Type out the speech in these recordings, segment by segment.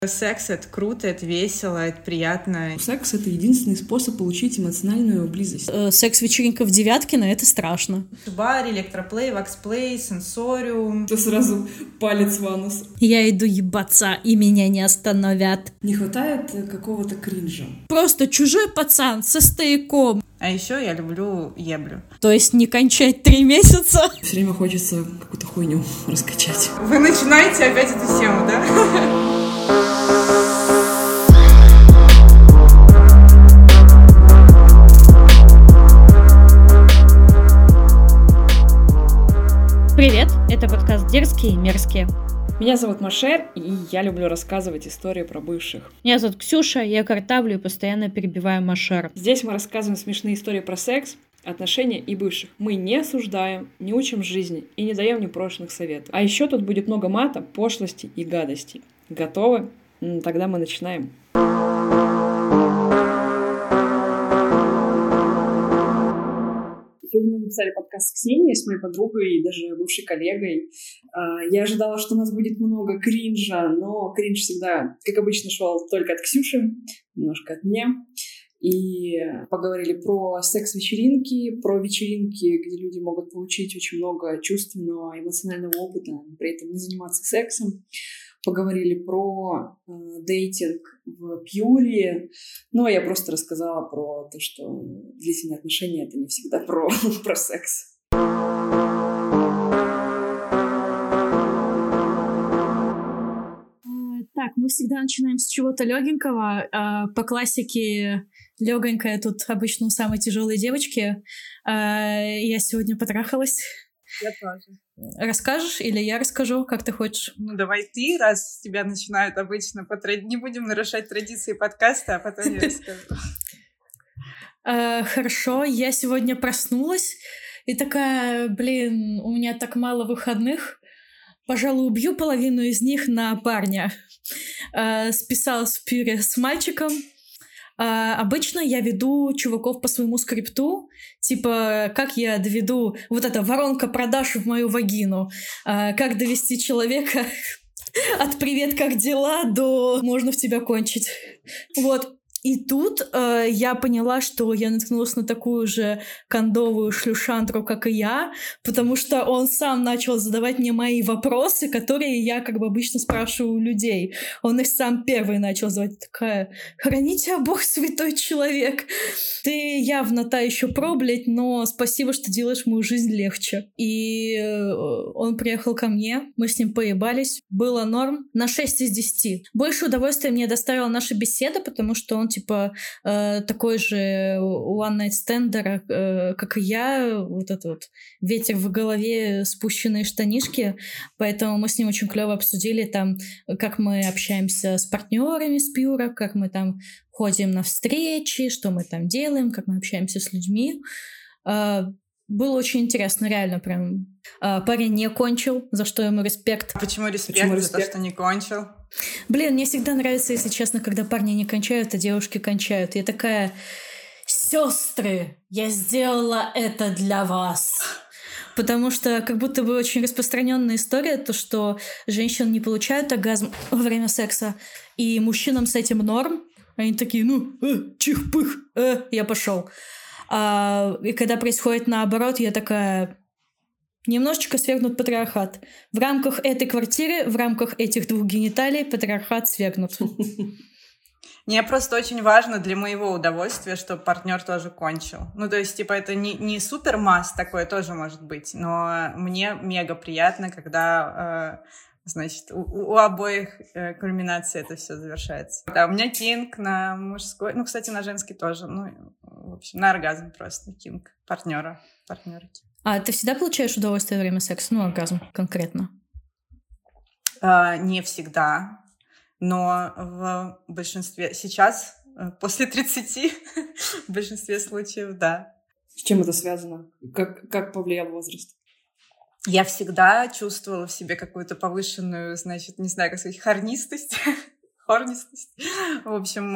Секс — это круто, это весело, это приятно. Секс — это единственный способ получить эмоциональную близость. Секс-вечеринка в Девяткино — это страшно. Бар, электроплей, ваксплей, сенсориум. Это сразу палец в анус. Я иду ебаться, и меня не остановят. Не хватает какого-то кринжа. Просто чужой пацан со стояком. А еще я люблю еблю. То есть не кончать 3 месяца. Все время хочется какую-то хуйню раскачать. Вы начинаете опять эту тему, да? Привет, это подкаст «Дерзкие и мерзкие». Меня зовут Машер, и я люблю рассказывать истории про бывших. Меня зовут Ксюша, я картавлю и постоянно перебиваю Машер. Здесь мы рассказываем смешные истории про секс, отношения и бывших. Мы не осуждаем, не учим жизни и не даем непрошенных советов. А еще тут будет много мата, пошлости и гадостей. Готовы? Тогда мы начинаем. Сегодня мы записали подкаст с Ксенией, с моей подругой и даже бывшей коллегой. Я ожидала, что у нас будет много кринжа, но кринж всегда, как обычно, шел только от Ксюши, немножко от меня. И поговорили про секс-вечеринки, про вечеринки, где люди могут получить очень много чувственного, эмоционального опыта, при этом не заниматься сексом. Поговорили про дейтинг в Пьюре. Но я просто рассказала про то, что длительные отношения — это не всегда про секс. Так, мы всегда начинаем с чего-то легенького. По классике легонькая тут обычно у самой тяжелой девочки. Я сегодня потрахалась. Я тоже. Расскажешь или я расскажу, как ты хочешь? Ну, давай ты, раз тебя начинают обычно не будем нарушать традиции подкаста, а потом я расскажу. Хорошо, я сегодня проснулась и такая, у меня так мало выходных, пожалуй, убью половину из них на парня. Списалась в Пьюре с мальчиком. Обычно я веду чуваков по своему скрипту, типа, как я доведу вот эта воронка продаж в мою вагину, как довести человека от «привет, как дела» до «можно в тебя кончить». Вот. И тут я поняла, что я наткнулась на такую же кондовую шлюшандру, как и я, потому что он сам начал задавать мне мои вопросы, которые я как бы обычно спрашиваю у людей. Он их сам первый начал задавать. Такая: «Храни тебя Бог, святой человек. Ты явно та еще проблядь, но спасибо, что делаешь мою жизнь легче». И он приехал ко мне, мы с ним поебались. Было норм на 6 из 10. Больше удовольствия мне доставила наша беседа, потому что он типа такой же one-night-стендер, как и я, вот этот вот ветер в голове, спущенные штанишки, поэтому мы с ним очень клево обсудили там, как мы общаемся с партнерами с Пьюра, как мы там ходим на встречи, что мы там делаем, как мы общаемся с людьми. Было очень интересно, реально прям. Парень не кончил, за что ему респект. Почему респект? За то, что не кончил? Мне всегда нравится, если честно, когда парни не кончают, а девушки кончают. Я такая: сестры, я сделала это для вас. Потому что как будто бы очень распространенная история, то, что женщины не получают оргазм во время секса, и мужчинам с этим норм. Они такие: чих-пых, я пошел. И когда происходит наоборот, я такая: немножечко свергнут патриархат. В рамках этой квартиры, в рамках этих 2 гениталий патриархат свергнут. Мне просто очень важно для моего удовольствия, чтобы партнер тоже кончил. Ну, то есть, типа, это не супер масс, такое тоже может быть, но мне мега приятно, когда, значит, у обоих кульминации это все завершается. Да, у меня кинг на мужской, ну, кстати, на женский тоже, ну, в общем, на оргазм просто кинг партнерки. А ты всегда получаешь удовольствие во время секса? Ну, оргазм конкретно. Не всегда. Но в большинстве... Сейчас, после 30, в большинстве случаев, да. С чем это связано? Как повлиял возраст? Я всегда чувствовала в себе какую-то повышенную, значит, не знаю, как сказать, хорнистость. В общем,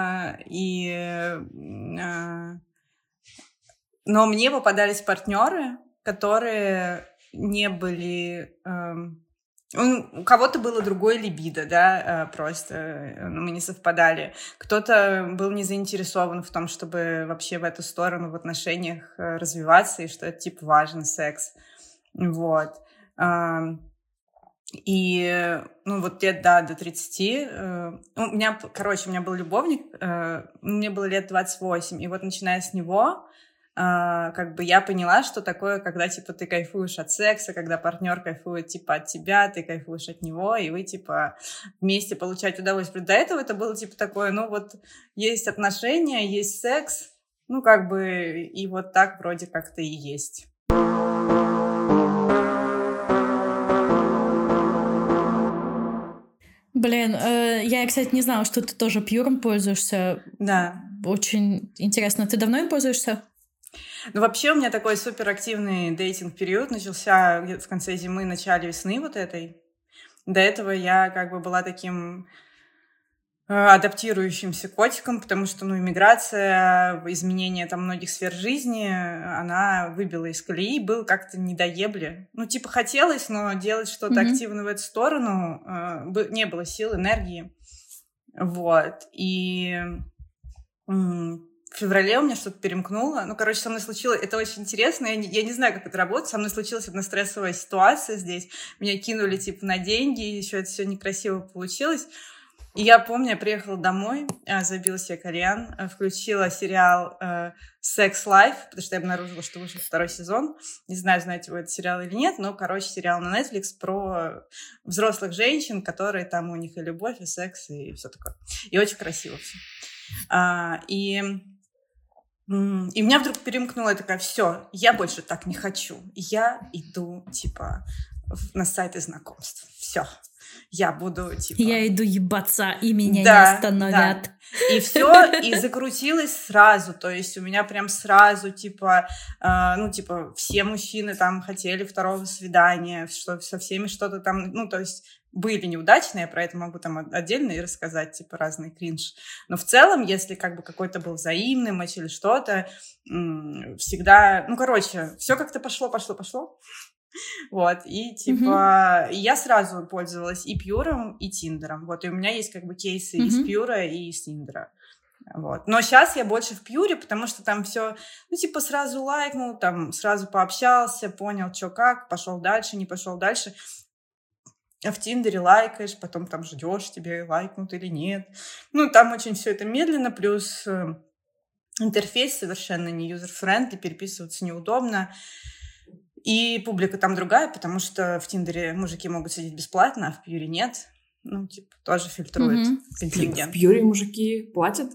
но мне попадались партнеры, которые не были У кого-то было другое либидо, да, просто мы не совпадали. Кто-то был не заинтересован в том, чтобы вообще в эту сторону в отношениях развиваться, и что это, типа, важно, секс. Вот. И, ну, вот лет, да, до 30. У меня был любовник, мне было лет 28, и вот начиная с него, как бы я поняла, что такое, когда, типа, ты кайфуешь от секса, когда партнер кайфует, типа, от тебя, ты кайфуешь от него, и вы, типа, вместе получаете удовольствие. До этого это было, типа, такое, ну, вот есть отношения, есть секс, ну, как бы, и вот так вроде как-то и есть. Блин, я, кстати, не знала, что ты тоже пьюром пользуешься. Да. Очень интересно. Ты давно им пользуешься? Ну, вообще у меня такой суперактивный дейтинг-период начался в конце зимы, начале весны вот этой. До этого я как бы была таким адаптирующимся котиком, потому что, ну, иммиграция, изменение там многих сфер жизни, она выбила из колеи, был как-то недоебле. Ну, типа, хотелось, но делать что-то активно в эту сторону не было сил, энергии. Вот. И в феврале у меня что-то перемкнуло. Ну, короче, со мной случилось... Это очень интересно. Я не знаю, как это работает. Со мной случилась одна стрессовая ситуация здесь. Меня кинули, типа, на деньги, и еще это все некрасиво получилось. И я помню, я приехала домой, забила себе кальян, включила сериал «Sex Life», потому что я обнаружила, что вышел 2 сезон. Не знаю, знаете вы этот сериал или нет, но, короче, сериал на Netflix про взрослых женщин, которые там у них и любовь, и секс, и все такое. И очень красиво все. И меня вдруг перемкнуло, я такая, все, я больше так не хочу. Я иду, типа, на сайты знакомств. Все. Я буду, типа... Я иду ебаться, и меня не остановят. Да. И все, и закрутилось сразу. То есть у меня прям сразу, типа, все мужчины там хотели 2-го свидания, что со всеми что-то там... Ну, то есть были неудачные, я про это могу там отдельно и рассказать, типа, разный кринж. Но в целом, если как бы какой-то был взаимный матч или что-то, всегда... Ну, короче, все как-то пошло. Вот, и типа я сразу пользовалась и Пьюром, и Тиндером. Вот, и у меня есть как бы кейсы из Пьюра и из Тиндера. Вот. Но сейчас я больше в Пьюре, потому что там все, ну, типа, сразу лайкнул, там сразу пообщался, понял, что как, пошел дальше, не пошел дальше. А в Тиндере лайкаешь, потом там ждешь, тебе лайкнут или нет. Ну, там очень все это медленно, плюс интерфейс совершенно не юзер-френдли, переписываться неудобно. И публика там другая, потому что в Тиндере мужики могут сидеть бесплатно, а в Пьюре нет. Ну, типа, тоже фильтрует контингент. В Пьюре мужики платят?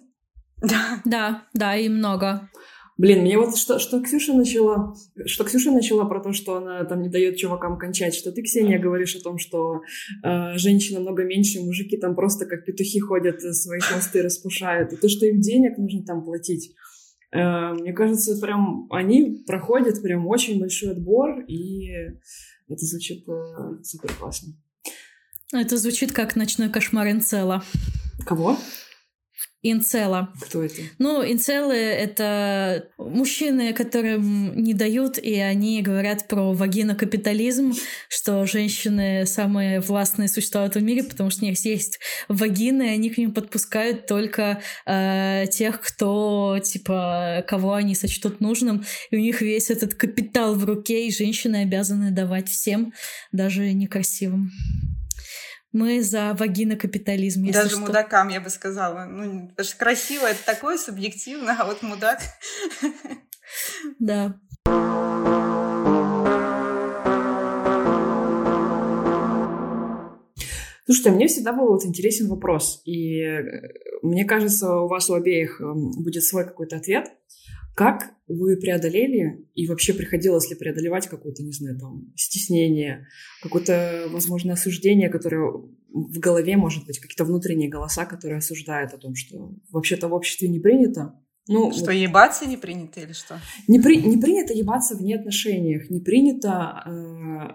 Да, и много. Блин, мне вот что Ксюша начала про то, что она там не дает чувакам кончать, что ты, Ксения, говоришь о том, что женщин намного меньше, мужики там просто как петухи ходят, свои хвосты распушают, и то, что им денег нужно там платить. Мне кажется, прям они проходят прям очень большой отбор, и это звучит супер классно. Это звучит как ночной кошмар инцела. Кого? Инцела. Кто это? Ну, инцелы — это мужчины, которым не дают, и они говорят про вагинокапитализм, что женщины самые властные существа в этом мире, потому что у них есть вагины, и они к ним подпускают только тех, кто, типа, кого они сочтут нужным, и у них весь этот капитал в руке, и женщины обязаны давать всем, даже некрасивым. Мы за вагинокапитализм, если даже что. Мудакам, я бы сказала. Ну, потому что красиво — это такое субъективно, а вот мудак... Да. Слушайте, мне всегда был вот интересен вопрос, и мне кажется, у вас у обеих будет свой какой-то ответ. Как вы преодолели, и вообще приходилось ли преодолевать какое-то, не знаю, там, стеснение, какое-то, возможно, осуждение, которое в голове, может быть, какие-то внутренние голоса, которые осуждают о том, что вообще-то в обществе не принято. Ну, что, ебаться не принято или что? Не принято ебаться вне отношениях, не принято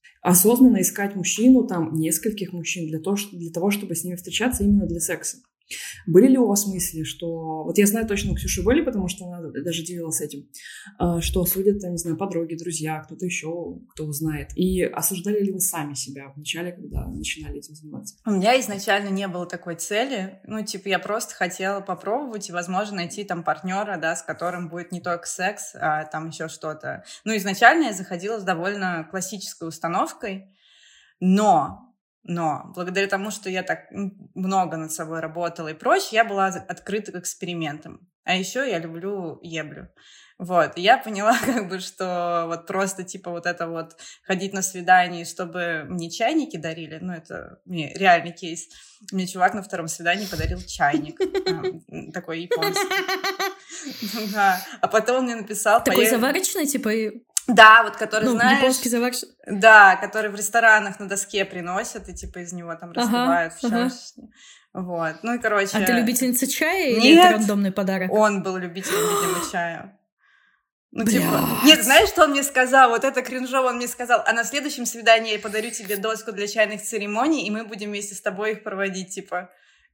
осознанно искать мужчину, там, нескольких мужчин для того, чтобы с ними встречаться именно для секса. Были ли у вас мысли, что... Вот я знаю точно, у Ксюши были, потому что она даже делилась этим, что судят, не знаю, подруги, друзья, кто-то еще, кто узнает. И осуждали ли вы сами себя вначале, когда начинали этим заниматься? У меня изначально не было такой цели. Ну, типа, я просто хотела попробовать и, возможно, найти там партнера, да, с которым будет не только секс, а там еще что-то. Ну, изначально я заходила с довольно классической установкой, но благодаря тому, что я так много над собой работала и прочее, я была открыта к экспериментам. А еще я люблю еблю. Вот, и я поняла, как бы, что вот просто, типа, вот это вот ходить на свидание, чтобы мне чайники дарили, ну, это мне реальный кейс. Мне чувак на 2-м свидании подарил чайник, такой японский. Да, а потом он мне написал... Такой заварочный, типа... Да, вот который, знаешь... японский заварочный. Да, который в ресторанах на доске приносят, и типа из него там разливают в чашечке. Вот, ну и короче... А ты любительница чая или это рандомный подарок? Он был любителем, видимо, чая. Ну, типа... Нет, знаешь, что он мне сказал? Вот это кринжово он мне сказал. А на следующем свидании я подарю тебе доску для чайных церемоний, и мы будем вместе с тобой их проводить, типа...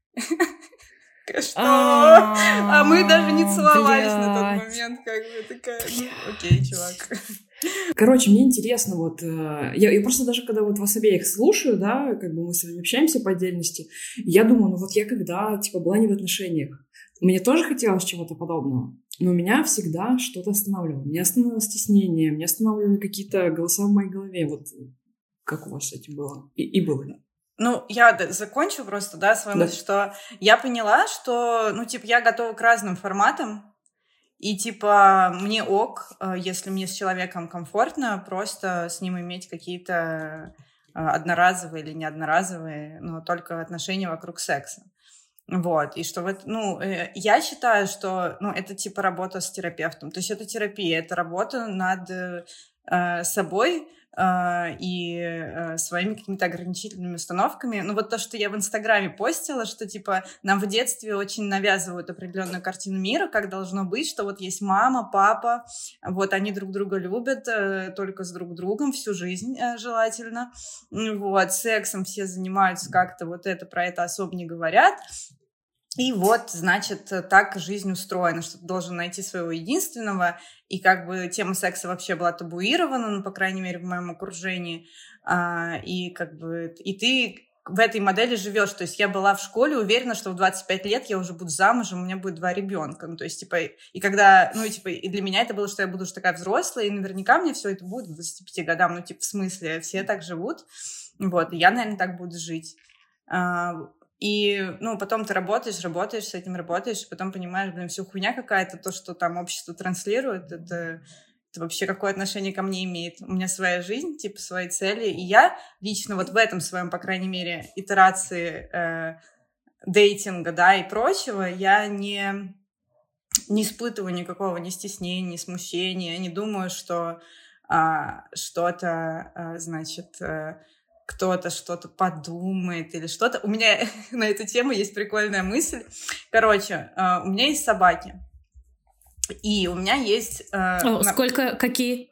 Что? А мы даже не целовались на тот момент, как бы такая, окей, чувак. Короче, мне интересно, вот, я просто даже когда вот вас обеих слушаю, да, как бы мы с вами общаемся по отдельности, я думаю, ну вот я когда, типа, была не в отношениях, мне тоже хотелось чего-то подобного, но меня всегда что-то останавливало. Меня останавливало стеснение, меня останавливали какие-то голоса в моей голове, вот как у вас с этим было? И было, да? Ну, я закончу просто, да, свою мысль, что я поняла, что, ну, типа, я готова к разным форматам, и, типа, мне ок, если мне с человеком комфортно, просто с ним иметь какие-то одноразовые или не одноразовые, но только отношения вокруг секса. Вот, и что вот, ну, я считаю, что, ну, это, типа, работа с терапевтом, то есть это терапия, это работа над собой, и своими какими-то ограничительными установками. Ну, вот то, что я в Инстаграме постила, что, типа, нам в детстве очень навязывают определенную картину мира, как должно быть, что вот есть мама, папа, вот они друг друга любят, только с друг другом всю жизнь желательно. Вот, сексом все занимаются как-то, вот это про это особо не говорят. И вот, значит, так жизнь устроена, что ты должен найти своего единственного, и как бы тема секса вообще была табуирована, ну, по крайней мере, в моем окружении, и как бы, и ты в этой модели живешь, то есть я была в школе уверена, что в 25 лет я уже буду замужем, у меня будет 2 ребенка, ну, то есть, типа, и когда, ну, и, типа, и для меня это было, что я буду уже такая взрослая, и наверняка мне все это будет к 25 годам, ну, типа, в смысле, все так живут, вот, и я, наверное, так буду жить. И, ну, потом ты работаешь, с этим работаешь, и потом понимаешь, блин, все хуйня какая-то, то, что там общество транслирует, это вообще какое отношение ко мне имеет. У меня своя жизнь, типа, свои цели, и я лично вот в этом своем, по крайней мере, итерации дейтинга, да, и прочего, я не испытываю никакого ни стеснения, ни смущения, не думаю, что что-то, значит... кто-то что-то подумает или что-то. У меня на эту тему есть прикольная мысль. Короче, у меня есть собаки. И у меня есть... Сколько? Какие?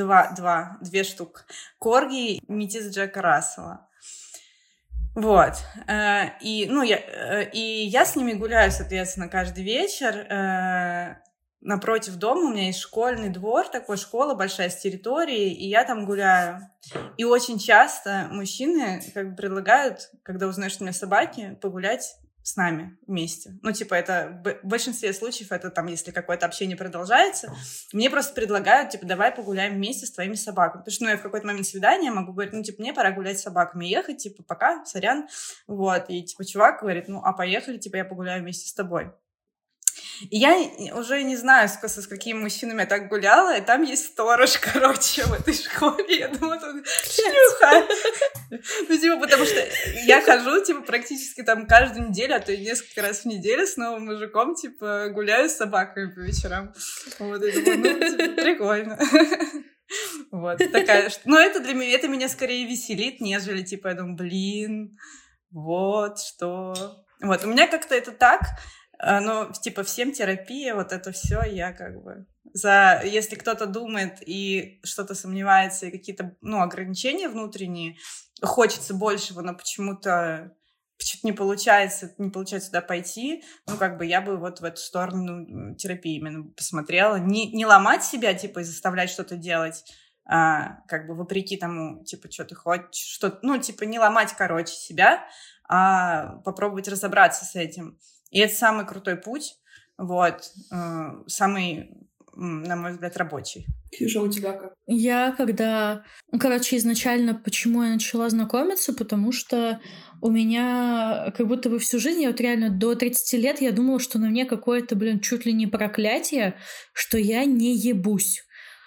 2 штуки. Корги и метис Джека Рассела. Вот. И, ну, я с ними гуляю, соответственно, каждый вечер. Напротив дома у меня есть школьный двор, такой школа большая с территорией, и я там гуляю. И очень часто мужчины как бы предлагают, когда узнают, что у меня собаки, погулять с нами вместе. Ну, типа, это в большинстве случаев это там, если какое-то общение продолжается, мне просто предлагают, типа, давай погуляем вместе с твоими собаками. Потому что, ну, я в какой-то момент свидания могу говорить, ну, типа, мне пора гулять с собаками, ехать, типа, пока, сорян. Вот, и, типа, чувак говорит, ну, а поехали, типа, я погуляю вместе с тобой. И я уже не знаю, с какими мужчинами я так гуляла, и там есть сторож, короче, в этой школе. Я думаю, тут шлюха. Ну, типа, потому что я хожу, типа, практически там каждую неделю, а то и несколько раз в неделю с новым мужиком, типа, гуляю с собаками по вечерам. Вот, и думаю, ну, типа, прикольно. Вот, такая... Ну, это для меня, это меня скорее веселит, нежели, типа, я думаю, блин, вот, что... Вот, у меня как-то это так... Ну, типа, всем терапия, вот это все я как бы... Если кто-то думает и что-то сомневается, и какие-то, ну, ограничения внутренние, хочется большего, но почему-то что-то не получается туда пойти, ну, как бы я бы вот в эту сторону терапии именно посмотрела. Не ломать себя, типа, и заставлять что-то делать, как бы вопреки тому, типа, что ты хочешь, что, ну, типа, не ломать, короче, себя, а попробовать разобраться с этим. И это самый крутой путь, вот, самый, на мой взгляд, рабочий. Ксюша, у тебя как? Я когда... Короче, изначально почему я начала знакомиться, потому что у меня как будто бы всю жизнь, я вот реально до 30 лет, я думала, что на мне какое-то, чуть ли не проклятие, что я не ебусь.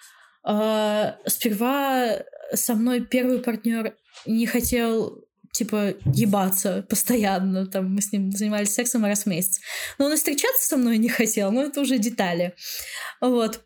Сперва со мной первый партнер не хотел, типа, ебаться постоянно. Там мы с ним занимались сексом раз в месяц. Но он и встречаться со мной не хотел, но это уже детали. Вот.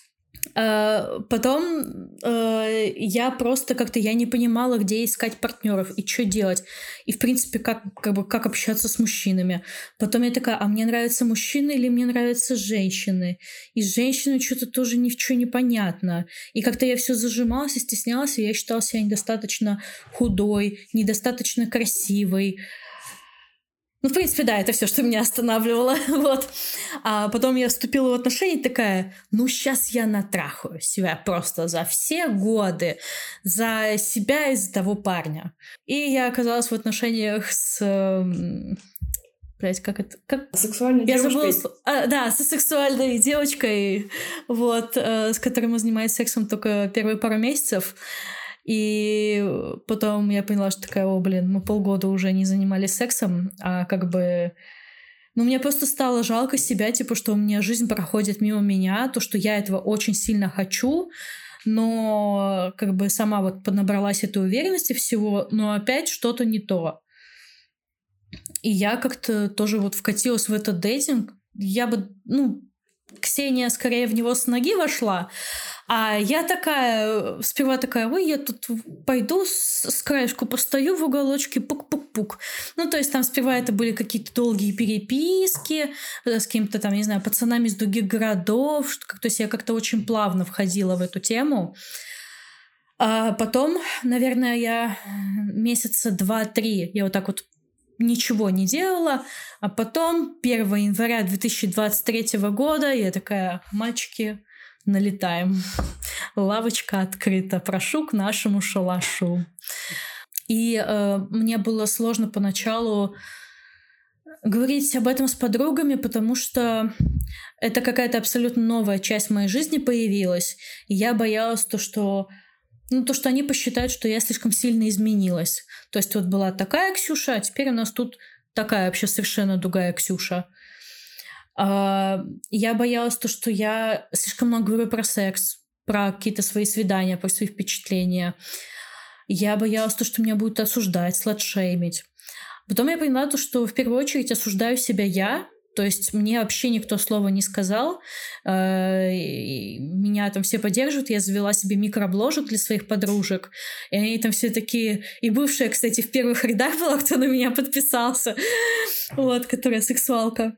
Потом я просто как-то я не понимала, где искать партнеров и что делать. И, в принципе, как общаться с мужчинами. Потом я такая, а мне нравятся мужчины или мне нравятся женщины? И с женщиной что-то тоже ничего не понятно. И как-то я все зажималась и стеснялась, и я считала себя недостаточно худой, недостаточно красивой. Ну, в принципе, да, это все, что меня останавливало. Вот. А потом я вступила в отношения и такая, ну, сейчас я натрахаю себя просто за все годы, за себя и за того парня. И я оказалась в отношениях с... как это? Сексуальной девушкой? Да, со сексуальной девочкой, вот, с которой мы занимались сексом только первые пару месяцев. И потом я поняла, что такая, мы полгода уже не занимались сексом, а как бы... Ну, мне просто стало жалко себя, типа, что у меня жизнь проходит мимо меня, то, что я этого очень сильно хочу, но как бы сама вот поднабралась этой уверенности всего, но опять что-то не то. И я как-то тоже вот вкатилась в этот дейтинг. Я бы, Ксения скорее в него с ноги вошла, а я сперва такая, я тут пойду с краешку постою в уголочке, пук-пук-пук. Ну, то есть там сперва это были какие-то долгие переписки с какими-то там, не знаю, пацанами из других городов, то есть я как-то очень плавно входила в эту тему. А потом, наверное, я месяца 2-3 я вот так вот ничего не делала, а потом 1 января 2023 года я такая, мальчики, налетаем. Лавочка открыта, прошу к нашему шалашу. И мне было сложно поначалу говорить об этом с подругами, потому что это какая-то абсолютно новая часть моей жизни появилась, и я боялась то, что они посчитают, что я слишком сильно изменилась. То есть вот была такая Ксюша, а теперь у нас тут такая вообще совершенно другая Ксюша. Я боялась то, что я слишком много говорю про секс, про какие-то свои свидания, про свои впечатления. Я боялась то, что меня будут осуждать, сладшеймить. Потом я поняла то, что в первую очередь осуждаю себя я. То есть мне вообще никто слова не сказал. Меня там все поддерживают. Я завела себе микробложек для своих подружек. И они там все такие... И бывшая, кстати, в первых рядах была, кто на меня подписался. Вот, которая сексуалка.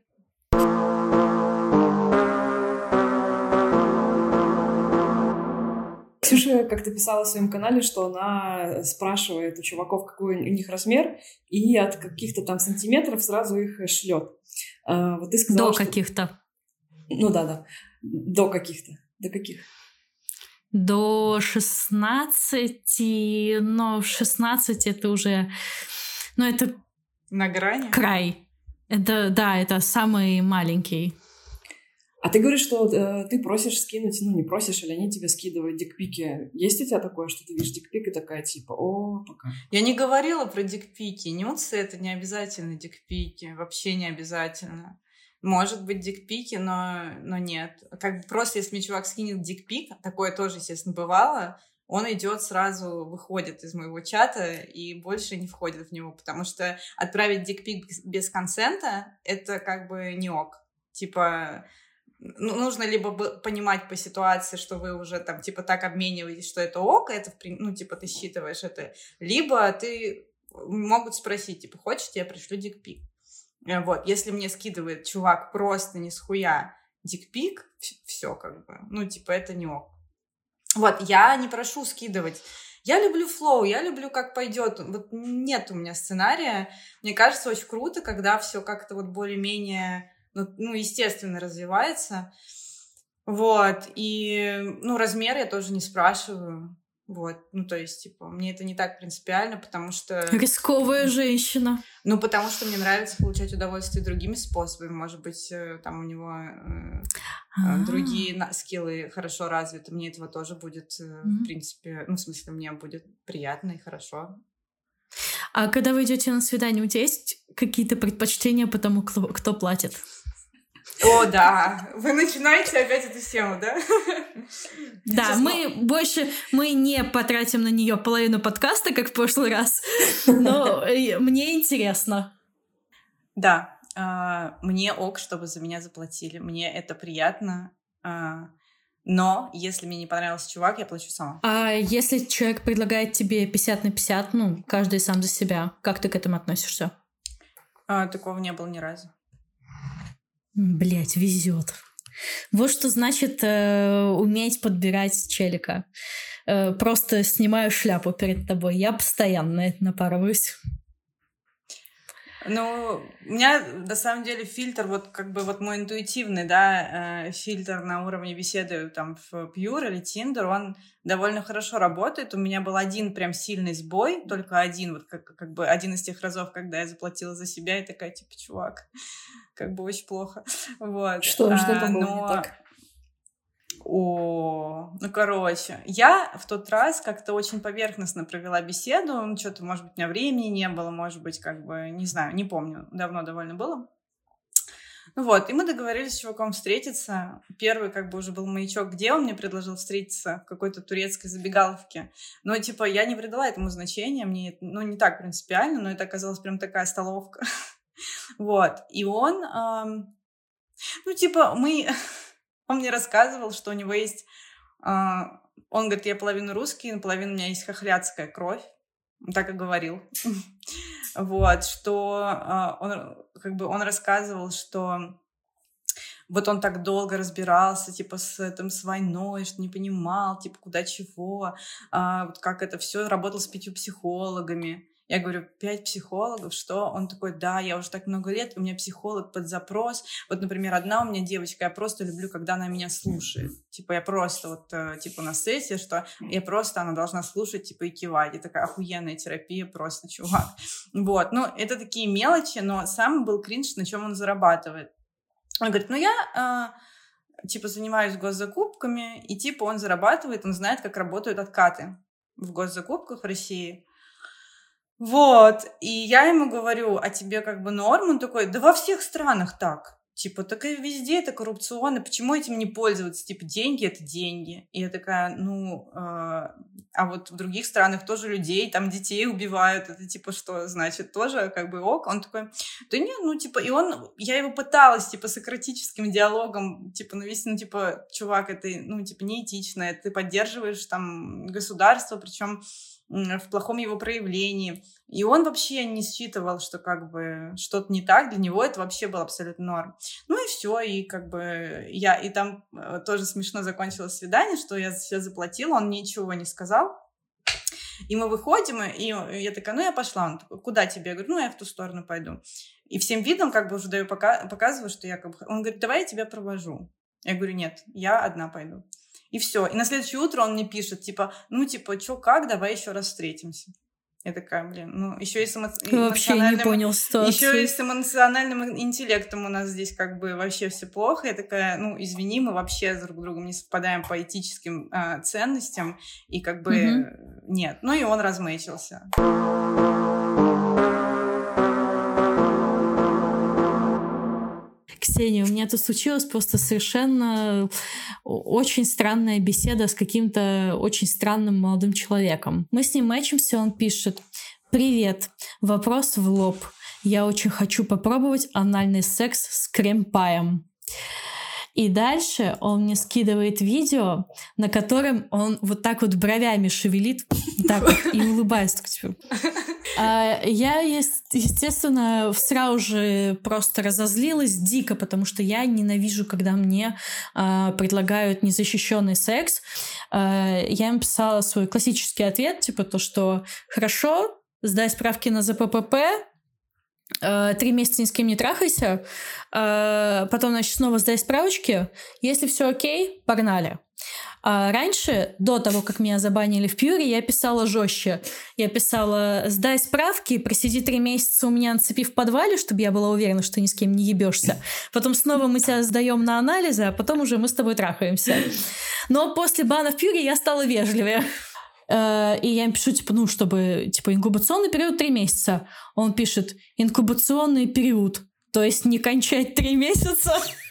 Ксюша как-то писала в своем канале, что она спрашивает у чуваков, какой у них размер, и от каких-то там сантиметров сразу их шлет. Вот ты сказала, до каких-то. Ну да. До каких-то. До каких? До 16, но 16 это уже... это... На грани? Край. Это самый маленький. А ты говоришь, что ты просишь скинуть, не просишь, или они тебе скидывают дикпики. Есть у тебя такое, что ты видишь дикпик и такая типа, пока? Я не говорила про дикпики. Нюцы — это не обязательно дикпики. Вообще не обязательно. Может быть дикпики, но нет. Как бы просто если мне чувак скинет дикпик, такое тоже, естественно, бывало, он идет сразу, выходит из моего чата и больше не входит в него, потому что отправить дикпик без консента — это как бы не ок. Типа... нужно либо понимать по ситуации, что вы уже там типа так обмениваетесь, что это ок, это ты считываешь это, либо могут спросить, типа, хочешь, я пришлю дикпик. Вот, если мне скидывает чувак просто ни с хуя дикпик, все как бы, это не ок. Вот, я не прошу скидывать Я люблю флоу, я люблю, как пойдет. Вот нет у меня сценария. Мне кажется, очень круто, когда все как-то вот более-менее, ну, естественно развивается. Вот. И, ну, размер я тоже не спрашиваю. Вот. Ну, то есть, типа, мне это не так принципиально, потому что... Рисковая женщина. Ну, потому что мне нравится получать удовольствие другими способами. Может быть, там у него другие скиллы хорошо развиты. Мне этого тоже будет, в принципе... Ну, в смысле, мне будет приятно и хорошо. А когда вы идете на свидание, у тебя есть какие-то предпочтения по тому, кто платит? О, да. Вы начинаете опять эту тему, да? Да, мы не потратим на нее половину подкаста, как в прошлый раз, но мне интересно. Да, мне ок, чтобы за меня заплатили. Мне это приятно. Но если мне не понравился чувак, я плачу сама. А если человек предлагает тебе 50/50, ну, каждый сам за себя, как ты к этому относишься? Такого не было ни разу. Блять, везет. Вот что значит уметь подбирать челика. Просто снимаю шляпу перед тобой. Я постоянно на это напарываюсь. Ну, у меня, на самом деле, фильтр, вот как бы вот мой интуитивный, да, фильтр на уровне беседы там в Pure или Tinder, он довольно хорошо работает. У меня был один прям сильный сбой, только один, вот как бы один из тех разов, когда я заплатила за себя, и такая, типа, чувак, как бы очень плохо. Вот. Что было не так? Ну, короче, я в тот раз как-то очень поверхностно провела беседу, ну, что-то, может быть, у меня времени не было, может быть, как бы, не знаю, не помню, давно довольно было. Ну вот, и мы договорились с чуваком встретиться. Первый, как бы, уже был маячок, где он мне предложил встретиться, в какой-то турецкой забегаловке. Но, типа, я не придала этому значения, мне, ну, не так принципиально, но это оказалась прям такая столовка. Вот, и он, ну, типа, он мне рассказывал, что у него есть... Он говорит, я половину русский, наполовину у меня есть хохлядская кровь. Он так и говорил. Вот, что он рассказывал, что вот он так долго разбирался, типа, с войной, что не понимал, типа, куда чего, вот как это все, работал с 5 психологами. Я говорю, 5 психологов, что? Он такой, да, я уже так много лет, у меня психолог под запрос. Вот, например, одна у меня девочка, я просто люблю, когда она меня слушает. Типа, я просто вот, типа, на сессии, что я просто, она должна слушать, типа, и кивать. И такая охуенная терапия, просто, чувак. Вот, ну, это такие мелочи, но самый был кринж, на чем он зарабатывает. Он говорит, ну, я... типа, занимаюсь госзакупками, и, типа, он зарабатывает, он знает, как работают откаты в госзакупках в России. Вот, и я ему говорю, а тебе как бы норм? Он такой, да во всех странах так. Типа, так и везде это коррупционно, почему этим не пользоваться? Типа, деньги — это деньги. И я такая, ну, а вот в других странах тоже людей, там детей убивают. Это типа что, значит, тоже как бы ок? Он такой, да нет, ну, типа, и я его пыталась, типа, сократическим диалогом, типа, навести, ну, типа, чувак, это, ну, типа, неэтично, ты поддерживаешь там государство, причем в плохом его проявлении. И он вообще не считывал, что как бы что-то не так. Для него это вообще был абсолютно норм. Ну и все, и как бы и там тоже смешно закончилось свидание, что я все заплатила, он ничего не сказал. И мы выходим, и я такая, ну я пошла. Он такой, куда тебе? Я говорю, ну я в ту сторону пойду. И всем видом как бы уже показываю, что я как бы... Он говорит, давай я тебя провожу. Я говорю, нет, я одна пойду. И все. И на следующее утро он мне пишет, типа, ну, типа, чё, как, давай еще раз встретимся. Я такая, блин, ну, еще и с эмоциональным интеллектом у нас здесь как бы вообще все плохо. Я такая, ну, извини, мы вообще с друг другом не совпадаем по этическим ценностям. И как бы нет. Ну, и он размэчился. Ксения, у меня тут случилась просто совершенно очень странная беседа с каким-то очень странным молодым человеком. Мы с ним мэчимся, он пишет: «Привет, вопрос в лоб. Я очень хочу попробовать анальный секс с крем-пайем». И дальше он мне скидывает видео, на котором он вот так вот бровями шевелит, так вот, и улыбается. Типа. Я, естественно, сразу же просто разозлилась дико, потому что я ненавижу, когда мне предлагают незащищенный секс. Я им писала свой классический ответ, типа то, что хорошо, сдай справки на ЗППП, 3 месяца ни с кем не трахайся, потом, значит, снова сдай справочки. Если все окей, погнали. Раньше, до того, как меня забанили в Пьюре, я писала жестче. Я писала: сдай справки, просиди 3 месяца у меня на цепи в подвале, чтобы я была уверена, что ни с кем не ебешься. Потом снова мы тебя сдаем на анализы, а потом уже мы с тобой трахаемся. Но после бана в Пьюре я стала вежливее. И я им пишу, типа, ну, чтобы, типа, инкубационный период 3 месяца. Он пишет: инкубационный период, то есть не кончать 3 месяца.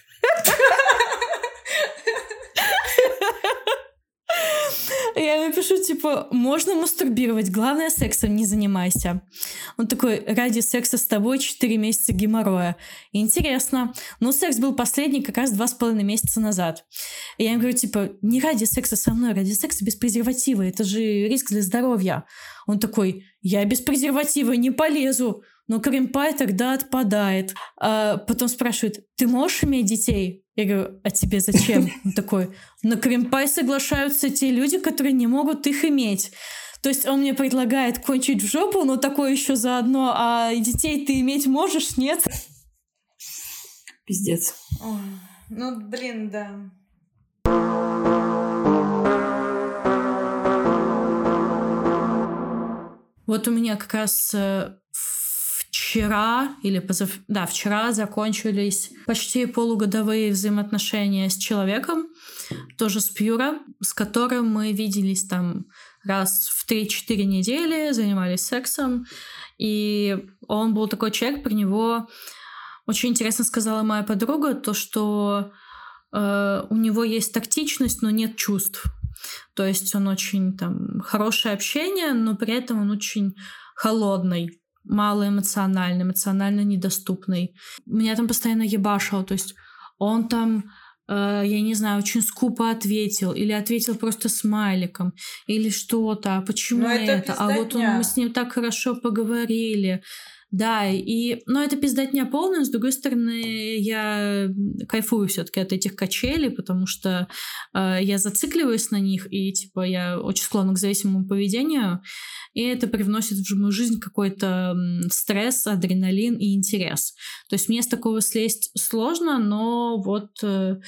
Я ему пишу, типа, можно мастурбировать, главное, сексом не занимайся. Он такой: ради секса с тобой 4 месяца геморроя. Интересно. Но секс был последний как раз 2,5 месяца назад. И я ему говорю, типа, не ради секса со мной, ради секса без презерватива. Это же риск для здоровья. Он такой: я без презерватива не полезу. Но крем-пай тогда отпадает. Потом спрашивает: ты можешь иметь детей? Я говорю: а тебе зачем? Он такой: на крем-пай соглашаются те люди, которые не могут их иметь. То есть он мне предлагает кончить в жопу, но такое еще заодно: а детей ты иметь можешь, нет? Пиздец. Ой, ну, блин, да. Вот у меня как раз вчера вчера закончились почти полугодовые взаимоотношения с человеком, тоже с Пьюра, с которым мы виделись там раз в 3-4 недели, занимались сексом. И он был такой человек, про него очень интересно сказала моя подруга, то, что у него есть тактичность, но нет чувств. То есть он очень там хорошее общение, но при этом он очень холодный, малоэмоциональный, эмоционально недоступный. Меня там постоянно ебашило. То есть он там, я не знаю, очень скупо ответил, или ответил просто смайликом, или что-то. А почему это? А вот мы с ним так хорошо поговорили. Да, но это пиздатня полная, с другой стороны, я кайфую все-таки от этих качелей, потому что я зацикливаюсь на них, и типа я очень склонна к зависимому поведению, и это привносит в мою жизнь какой-то стресс, адреналин и интерес. То есть мне с такого слезть сложно, но вот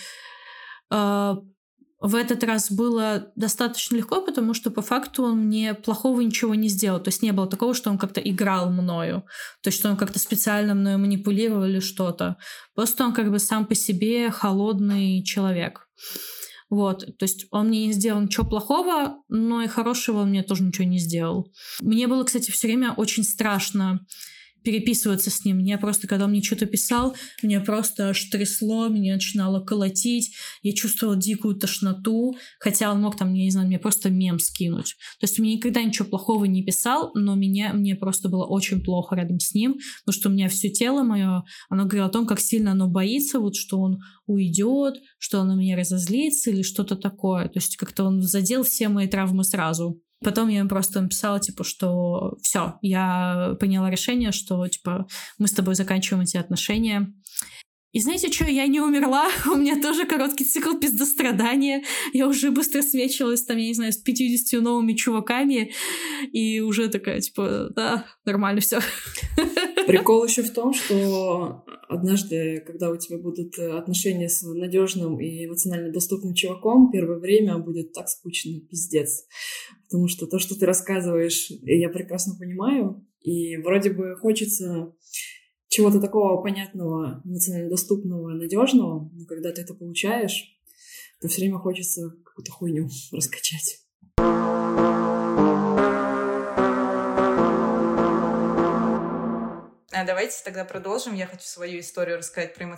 в этот раз было достаточно легко, потому что по факту он мне плохого ничего не сделал. То есть не было такого, что он как-то играл мною, то есть что он как-то специально мною манипулировал или что-то. Просто он как бы сам по себе холодный человек. Вот, то есть он мне не сделал ничего плохого, но и хорошего он мне тоже ничего не сделал. Мне было, кстати, все время очень страшно переписываться с ним. Я просто, когда он мне что-то писал, меня просто аж трясло, меня начинало колотить, я чувствовала дикую тошноту, хотя он мог там, я не знаю, мне просто мем скинуть. То есть мне никогда ничего плохого не писал, но мне просто было очень плохо рядом с ним, потому что у меня все тело мое, оно говорило о том, как сильно оно боится, вот что он уйдет, что он на меня разозлится или что-то такое. То есть как-то он задел все мои травмы сразу. Потом я ему просто написала, типа, что все, я приняла решение, что, типа, мы с тобой заканчиваем эти отношения. И знаете что, я не умерла, у меня тоже короткий цикл пиздострадания. Я уже быстро свечилась, там, я не знаю, с 50 новыми чуваками, и уже такая, типа, да, нормально все. Прикол еще в том, что однажды, когда у тебя будут отношения с надежным и эмоционально доступным чуваком, первое время будет так скучно, пиздец. Потому что то, что ты рассказываешь, я прекрасно понимаю, и вроде бы хочется чего-то такого понятного, эмоционально доступного, надежного, но когда ты это получаешь, то все время хочется какую-то хуйню раскачать. Давайте тогда продолжим. Я хочу свою историю рассказать про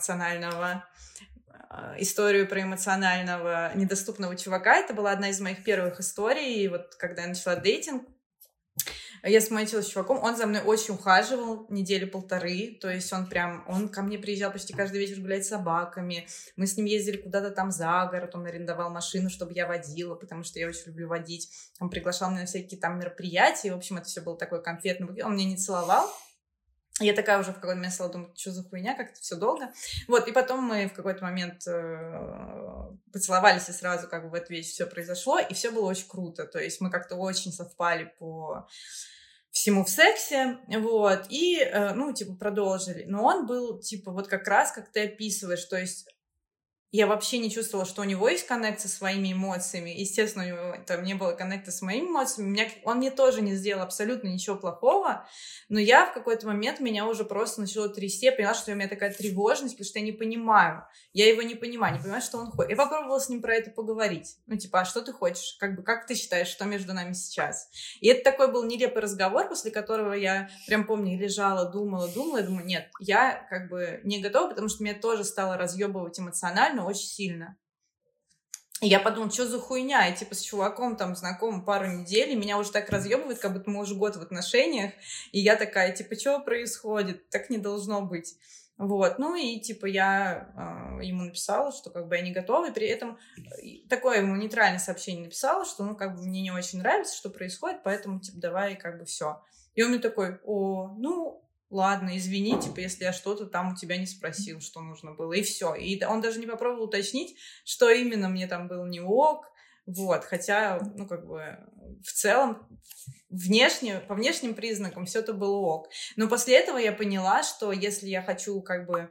историю про эмоционального недоступного чувака. Это была одна из моих первых историй. И вот когда я начала дейтинг, я сматчилась с чуваком, он за мной очень ухаживал 1-1.5, то есть он ко мне приезжал почти каждый вечер гулять с собаками, мы с ним ездили куда-то там за город, он арендовал машину, чтобы я водила, потому что я очень люблю водить, он приглашал меня на всякие там мероприятия, и, в общем, это все было такое конфетное, он меня не целовал. Я такая уже в какой-то момент стала думать, что за хуйня, как-то все долго. Вот, и потом мы в какой-то момент поцеловались, и сразу как бы в этот вечер все произошло, и все было очень круто. То есть мы как-то очень совпали по всему в сексе, вот, и, продолжили. Но он был, вот как раз, как ты описываешь, то есть я вообще не чувствовала, что у него есть коннект со своими эмоциями. Естественно, у него там не было коннекта с моими эмоциями. Он мне тоже не сделал абсолютно ничего плохого. Но я в какой-то момент, меня уже просто начало трясти. Я поняла, что у меня такая тревожность, потому что я не понимаю. Я его не понимаю, что он хочет. Я попробовала с ним про это поговорить. А что ты хочешь? Как ты считаешь, что между нами сейчас? И это такой был нелепый разговор, после которого я прям помню, лежала, думала, и думаю, нет, я не готова, потому что меня тоже стало разъебывать эмоционально очень сильно. И я подумала, что за хуйня? Я с чуваком там знакома пару недель, и меня уже так разъебывает, как будто мы уже год в отношениях. И я такая, что происходит? Так не должно быть. Вот, я ему написала, что я не готова, и при этом такое ему нейтральное сообщение написала, что, мне не очень нравится, что происходит, поэтому, давай, все. И он мне такой, ладно, извини, если я что-то там у тебя не спросил, что нужно было, и все. И он даже не попробовал уточнить, что именно мне там было не ок, вот, хотя, в целом, по внешним признакам все это было ок. Но после этого я поняла, что если я хочу,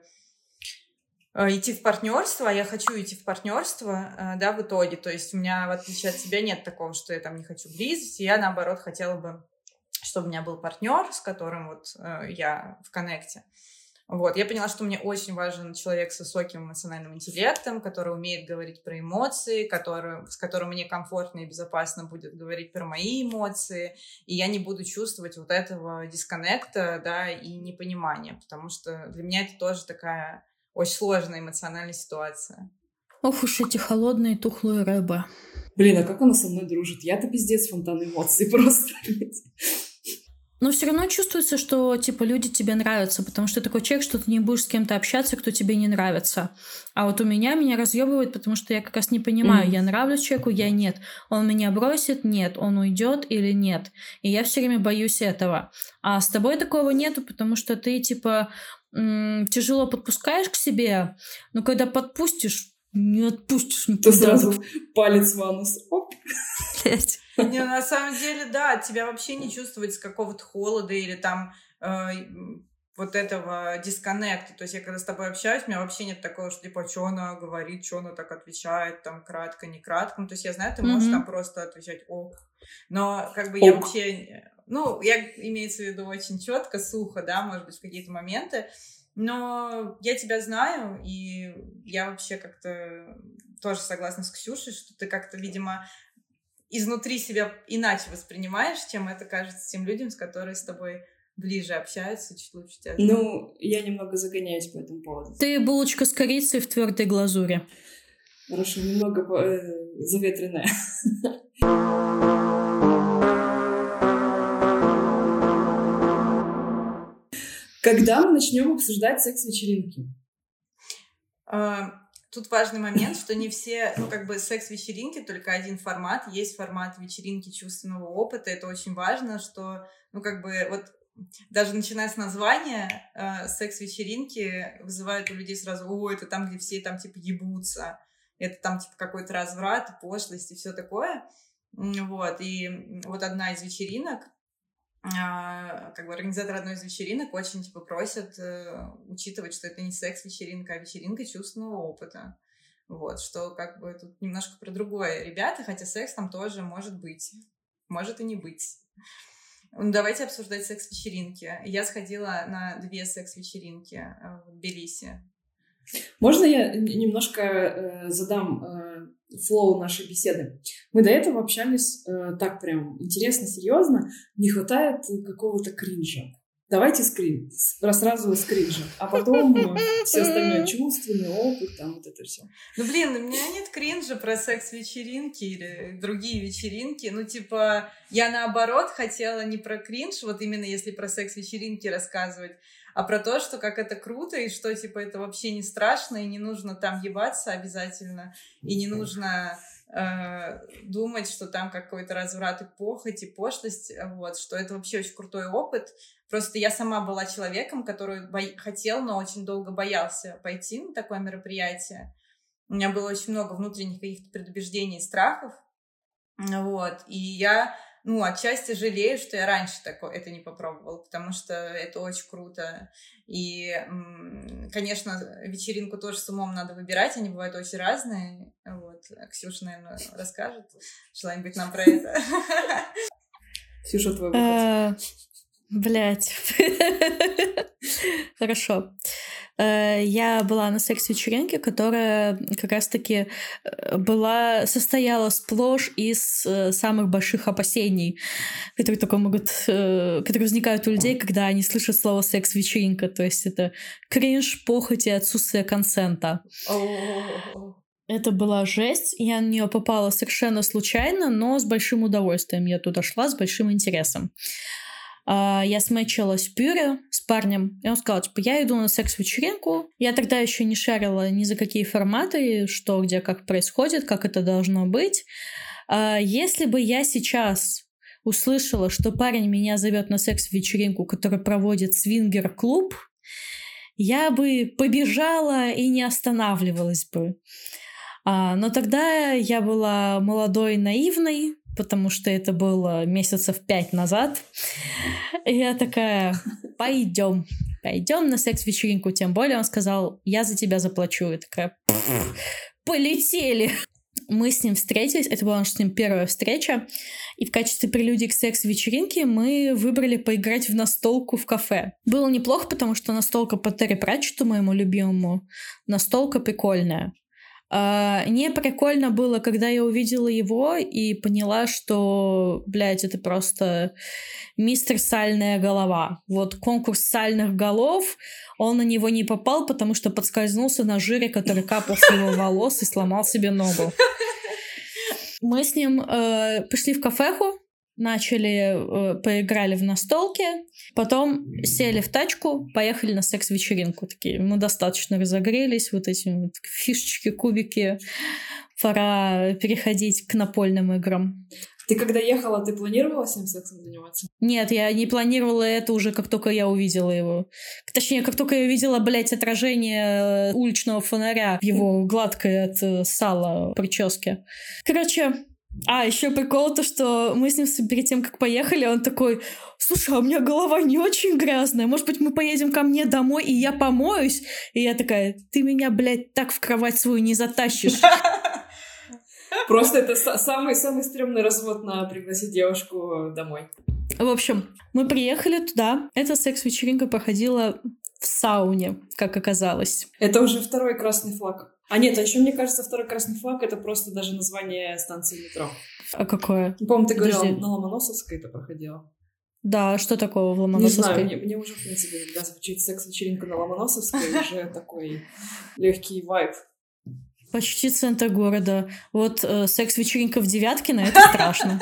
идти в партнерство, а я хочу идти в партнерство, да, в итоге, то есть у меня, в отличие от тебя, нет такого, что я там не хочу близости, я, наоборот, хотела бы, чтобы у меня был партнер, с которым я в коннекте. Вот, я поняла, что мне очень важен человек с высоким эмоциональным интеллектом, который умеет говорить про эмоции, с которым мне комфортно и безопасно будет говорить про мои эмоции, и я не буду чувствовать вот этого дисконнекта, да, и непонимания, потому что для меня это тоже такая очень сложная эмоциональная ситуация. Ох уж эти холодные тухлые рыбы. Блин, а как она со мной дружит? Я-то пиздец фонтан эмоций просто. Но все равно чувствуется, что, люди тебе нравятся, потому что такой человек, что ты не будешь с кем-то общаться, кто тебе не нравится. А вот у меня разъебывает, потому что я как раз не понимаю, я нравлюсь человеку, я нет. Он меня бросит, нет. Он уйдет или нет. И я все время боюсь этого. А с тобой такого нету, потому что ты, тяжело подпускаешь к себе, но когда подпустишь, не отпустишь никуда. Ты сразу палец в анус. Оп. Не, на самом деле, да, тебя вообще не чувствуется какого-то холода или там вот этого дисконнекта. То есть я когда с тобой общаюсь, у меня вообще нет такого, что что она говорит, что она так отвечает, там кратко, не кратко. То есть я знаю, ты можешь там просто отвечать ок. Но я вообще... я имеется в виду очень четко, сухо, да, может быть, в какие-то моменты. Но я тебя знаю, и я вообще как-то тоже согласна с Ксюшей, что ты как-то, видимо, изнутри себя иначе воспринимаешь, чем это кажется тем людям, с которыми с тобой ближе общаются, чуть лучше тебя знают. Я немного загоняюсь по этому поводу. Ты булочка с корицей в твердой глазури. Хорошо, немного заветренная. Когда мы начнем обсуждать секс-вечеринки? Тут важный момент, что не все, секс-вечеринки, только один формат. Есть формат вечеринки чувственного опыта. Это очень важно, что, даже начиная с названия, секс-вечеринки вызывают у людей сразу, это там, где все там, ебутся. Это там, какой-то разврат, пошлость и все такое. Вот. И вот одна из вечеринок, организатор одной из вечеринок очень просят учитывать, что это не секс-вечеринка, а вечеринка чувственного опыта. Вот, что тут немножко про другое. Ребята, хотя секс там тоже может быть. Может и не быть. Давайте обсуждать секс-вечеринки. Я сходила на 2 секс-вечеринки в Тбилиси. Можно я немножко задам флоу нашей беседы? Мы до этого общались так прям интересно, серьезно. Не хватает какого-то кринжа. Давайте сразу с кринжа, а потом все остальное. Чего чувственный опыт, там вот это все. Ну, блин, у меня нет кринжа про секс-вечеринки или другие вечеринки. Ну, типа, я наоборот хотела не про кринж, вот именно если про секс-вечеринки рассказывать, а про то, что как это круто, и что, типа, это вообще не страшно, и не нужно там ебаться обязательно, и не нужно думать, что там какой-то разврат и похоть, и пошлость, вот, что это вообще очень крутой опыт. Просто я сама была человеком, который хотел, но очень долго боялся пойти на такое мероприятие. У меня было очень много внутренних каких-то предубеждений и страхов, вот, и я... Ну, отчасти жалею, что я раньше это не попробовала, потому что это очень круто. И, конечно, вечеринку тоже с умом надо выбирать, они бывают очень разные. Вот. Ксюша, наверное, расскажет что-нибудь нам про это. Ксюша, твой выход. Блять. Хорошо. Я была на секс-вечеринке, которая как раз-таки состояла сплошь из самых больших опасений, которые которые возникают у людей, когда они слышат слово секс-вечеринка. То есть это кринж, похоть и отсутствие консента. Это была жесть. Я на нее попала совершенно случайно, но с большим удовольствием. Я туда шла с большим интересом. Я смэчилась в Пюре с парнем, и он сказал, типа, я иду на секс-вечеринку. Я тогда еще не шарила ни за какие форматы, что, где, как происходит, как это должно быть. Если бы я сейчас услышала, что парень меня зовет на секс-вечеринку, которую проводит свингер-клуб, я бы побежала и не останавливалась бы. Но тогда я была молодой, наивной, потому что это было месяцев 5 назад. И я такая, пойдем на секс-вечеринку. Тем более он сказал, я за тебя заплачу. Я такая, полетели. Мы с ним встретились, это была с ним первая встреча, и в качестве прелюдии к секс-вечеринке мы выбрали поиграть в настолку в кафе. Было неплохо, потому что настолка по Терри Пратчетту, моему любимому, настолка прикольная. Не прикольно было, когда я увидела его и поняла, что, блядь, это просто мистер сальная голова. Вот конкурс сальных голов, он на него не попал, потому что подскользнулся на жире, который капал с его волос и сломал себе ногу. Мы с ним пришли в кафеху, поиграли в настолки, потом сели в тачку, поехали на секс-вечеринку. Такие, мы достаточно разогрелись, вот эти вот фишечки, кубики. Пора переходить к напольным играм. Ты когда ехала, ты планировала с ним сексом заниматься? Нет, я не планировала это уже, как только я увидела его. Точнее, как только я увидела, блядь, отражение уличного фонаря в его гладкой от сала прическе. Короче... еще прикол то, что мы с ним перед тем, как поехали, он такой, слушай, у меня голова не очень грязная, может быть, мы поедем ко мне домой, и я помоюсь? И я такая, ты меня, блядь, так в кровать свою не затащишь. Просто это самый стрёмный развод на пригласить девушку домой. В общем, мы приехали туда, эта секс-вечеринка проходила в сауне, как оказалось. Это уже второй красный флаг. Нет, а еще, мне кажется, второй красный флаг — это просто даже название станции метро. А какое? По-моему, ты говорила, на Ломоносовской это проходило. Да, что такого в Ломоносовской? Не знаю, мне уже, в принципе, когда звучит секс-вечеринка на Ломоносовской, уже такой легкий вайб. Почти центр города. Вот секс-вечеринка в Девяткино — это страшно.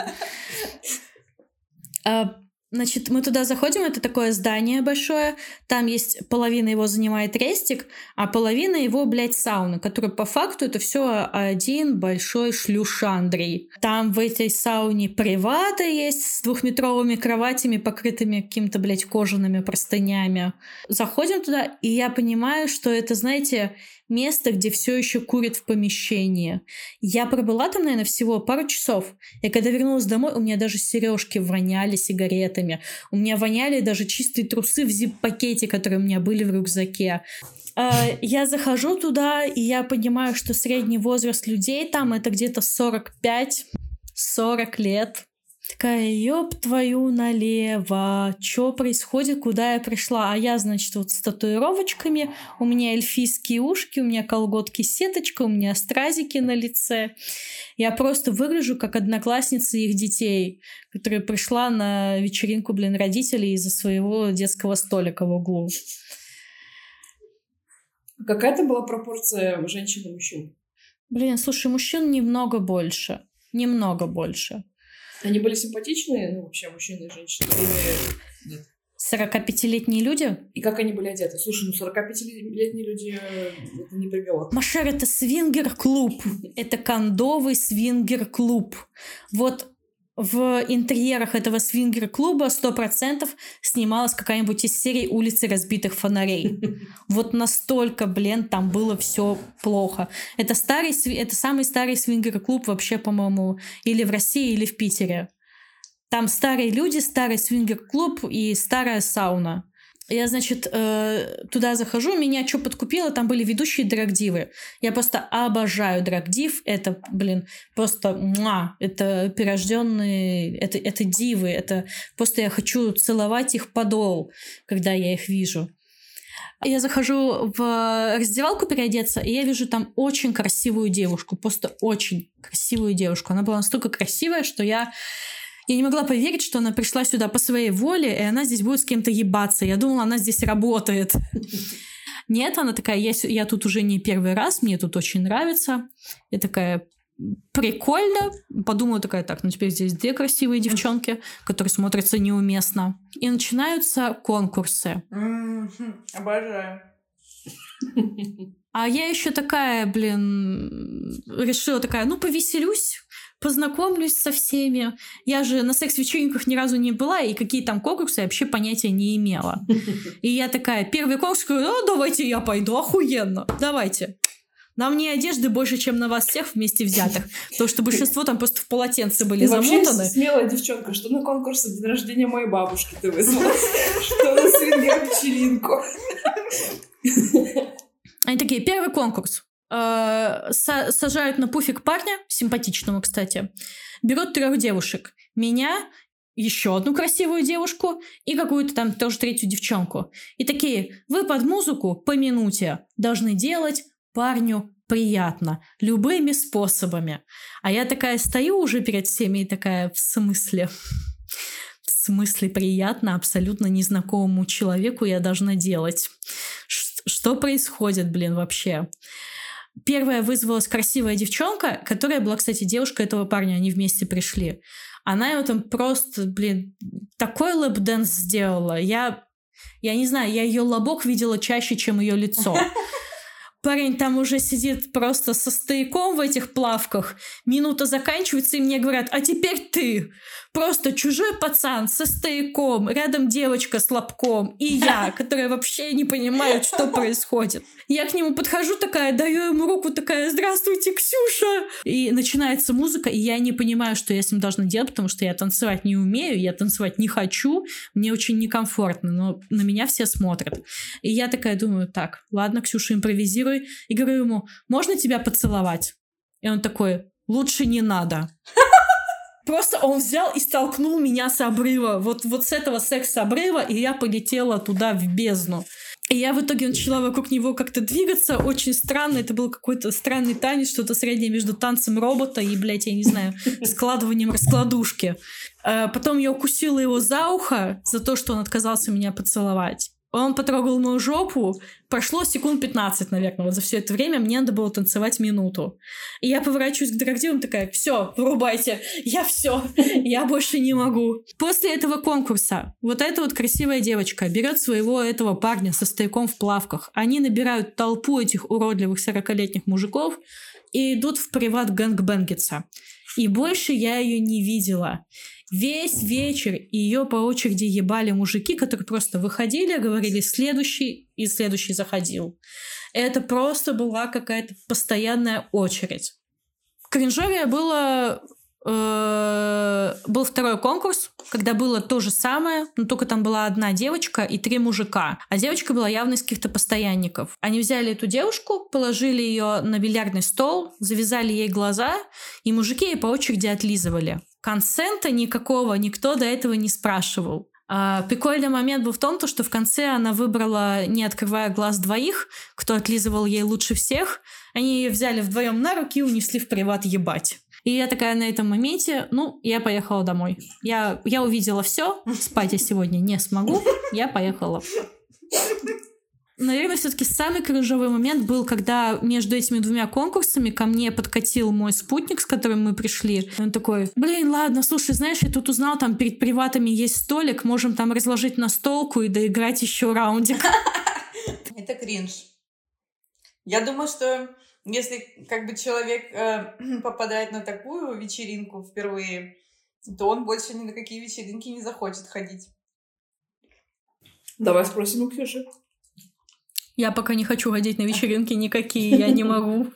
Значит, мы туда заходим, это такое здание большое, там есть половина его занимает рестик, а половина его, блядь, сауна, которая по факту это все один большой шлюшандрий. Там в этой сауне привата есть с 2-метровыми кроватями, покрытыми какими-то, блядь, кожаными простынями. Заходим туда, и я понимаю, что это, знаете, место, где все еще курят в помещении. Я пробыла там, наверное, всего пару часов. И когда вернулась домой, у меня даже сережки воняли сигаретами. У меня воняли даже чистые трусы в зип-пакете, которые у меня были в рюкзаке. Я захожу туда, и я понимаю, что средний возраст людей там это где-то 45-40 лет. Такая, ёб твою налево, чё происходит, куда я пришла? А я, значит, вот с татуировочками, у меня эльфийские ушки, у меня колготки-сеточка, у меня стразики на лице. Я просто выгляжу как одноклассница их детей, которая пришла на вечеринку, родителей из-за своего детского столика в углу. Какая-то была пропорция женщин и мужчин? Блин, слушай, мужчин немного больше. Немного больше. Они были симпатичные, ну, вообще, мужчины и женщины? Или нет? 45-летние люди? И как они были одеты? Слушай, 45-летние люди — это не приговор. Машер, это свингер-клуб. Это кондовый свингер-клуб. Вот в интерьерах этого свингер-клуба 100% снималась какая-нибудь из серий «Улицы разбитых фонарей». Вот настолько, блин, там было все плохо. Это самый старый свингер-клуб вообще, по-моему, или в России, или в Питере. Там старые люди, старый свингер-клуб и старая сауна. Я, значит, туда захожу, меня что подкупило, там были ведущие драгдивы. Я просто обожаю драгдив. Это, блин, просто это перерожденные, это дивы. Это просто я хочу целовать их подол, когда я их вижу. Я захожу в раздевалку переодеться, и я вижу там очень красивую девушку. Просто очень красивую девушку. Она была настолько красивая, что я не могла поверить, что она пришла сюда по своей воле, и она здесь будет с кем-то ебаться. Я думала, она здесь работает. Нет, она такая, я тут уже не первый раз, мне тут очень нравится. Я такая, прикольно. Подумала такая, так, ну теперь здесь две красивые девчонки, которые смотрятся неуместно. И начинаются конкурсы. Обожаю. А я еще такая, блин, решила такая, ну повеселюсь. Познакомлюсь со всеми. Я же на секс-вечеринках ни разу не была, и какие там конкурсы я вообще понятия не имела. И я такая, первый конкурс, говорю, давайте я пойду, охуенно, давайте. На мне одежды больше, чем на вас всех вместе взятых. Потому что большинство там просто в полотенце были замотаны. Вообще смелая девчонка, что на конкурсе день рождения моей бабушки ты вызвалась, что на свингер-вечеринку. Они такие, первый конкурс. Сажают на пуфик парня, симпатичного, кстати, берут 3 девушек. Меня, еще одну красивую девушку и какую-то там тоже 3-ю девчонку. И такие, вы под музыку по минуте должны делать парню приятно, любыми способами. А я такая стою уже перед всеми и такая, в смысле? В смысле приятно абсолютно незнакомому человеку я должна делать? Что происходит, блин, вообще? Первая вызвалась красивая девчонка, которая была, кстати, девушка этого парня, они вместе пришли. Она его там просто, блин, такой лэп-дэнс сделала. Я не знаю, я ее лобок видела чаще, чем ее лицо. Парень там уже сидит просто со стояком в этих плавках. Минута заканчивается, и мне говорят, а теперь ты. Просто чужой пацан со стояком, рядом девочка с лобком, и я, которая вообще не понимает, что происходит. Я к нему подхожу такая, даю ему руку такая, здравствуйте, Ксюша. И начинается музыка, и я не понимаю, что я с ним должна делать, потому что я танцевать не умею, я танцевать не хочу, мне очень некомфортно, но на меня все смотрят. И я такая думаю, так, ладно, Ксюша, импровизируй. И говорю ему, можно тебя поцеловать? И он такой, лучше не надо. Просто он взял и столкнул меня с обрыва. Вот с этого секс-обрыва, и я полетела туда, в бездну. И я в итоге начала вокруг него как-то двигаться. Очень странно. Это был какой-то странный танец, что-то среднее между танцем робота и, блядь, я не знаю, складыванием раскладушки. Потом я укусила его за ухо за то, что он отказался меня поцеловать. Он потрогал мою жопу. Прошло секунд 15, наверное. Вот за все это время мне надо было танцевать минуту. И я поворачиваюсь к драгдивам, такая, все, вырубайте. Я больше не могу. После этого конкурса вот эта вот красивая девочка берет своего этого парня со стояком в плавках. Они набирают толпу этих уродливых 40-летних мужиков и идут в приват гэнгбэнгиться. И больше я ее не видела. Весь вечер ее по очереди ебали мужики, которые просто выходили, говорили «следующий», и следующий заходил. Это просто была какая-то постоянная очередь. Кринжовее был второй конкурс, когда было то же самое, но только там была одна девочка и 3 мужика. А девочка была явно из каких-то постоянников. Они взяли эту девушку, положили ее на бильярдный стол, завязали ей глаза, и мужики ей по очереди отлизывали. Консента никакого никто до этого не спрашивал. Прикольный момент был в том, что в конце она выбрала, не открывая глаз, 2, кто отлизывал ей лучше всех. Они ее взяли вдвоем на руки и унесли в приват ебать. И я такая на этом моменте, я поехала домой. Я увидела все, спать я сегодня не смогу, я поехала. Наверное, все-таки самый кринжовый момент был, когда между этими двумя конкурсами ко мне подкатил мой спутник, с которым мы пришли. Он такой: блин, ладно, слушай, знаешь, я тут узнал, там перед приватами есть столик, можем там разложить настолку и доиграть еще раундик. Это кринж. Я думаю, что если как бы человек попадает на такую вечеринку впервые, то он больше ни на какие вечеринки не захочет ходить. Давай спросим у Ксюши. Я пока не хочу ходить на вечеринки никакие, я не могу.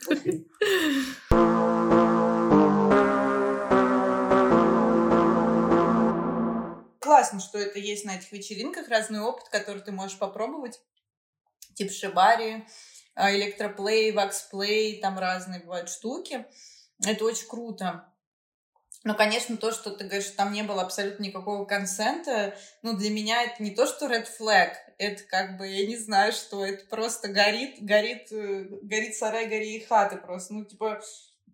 Классно, что это есть на этих вечеринках, разный опыт, который ты можешь попробовать. Типа шибари, электроплей, ваксплей, там разные бывают штуки. Это очень круто. Но, конечно, то, что ты говоришь, что там не было абсолютно никакого консента, ну, для меня это не то, что red flag, это как бы, я не знаю, что это просто горит сарай, гори и хаты просто. Ну, типа,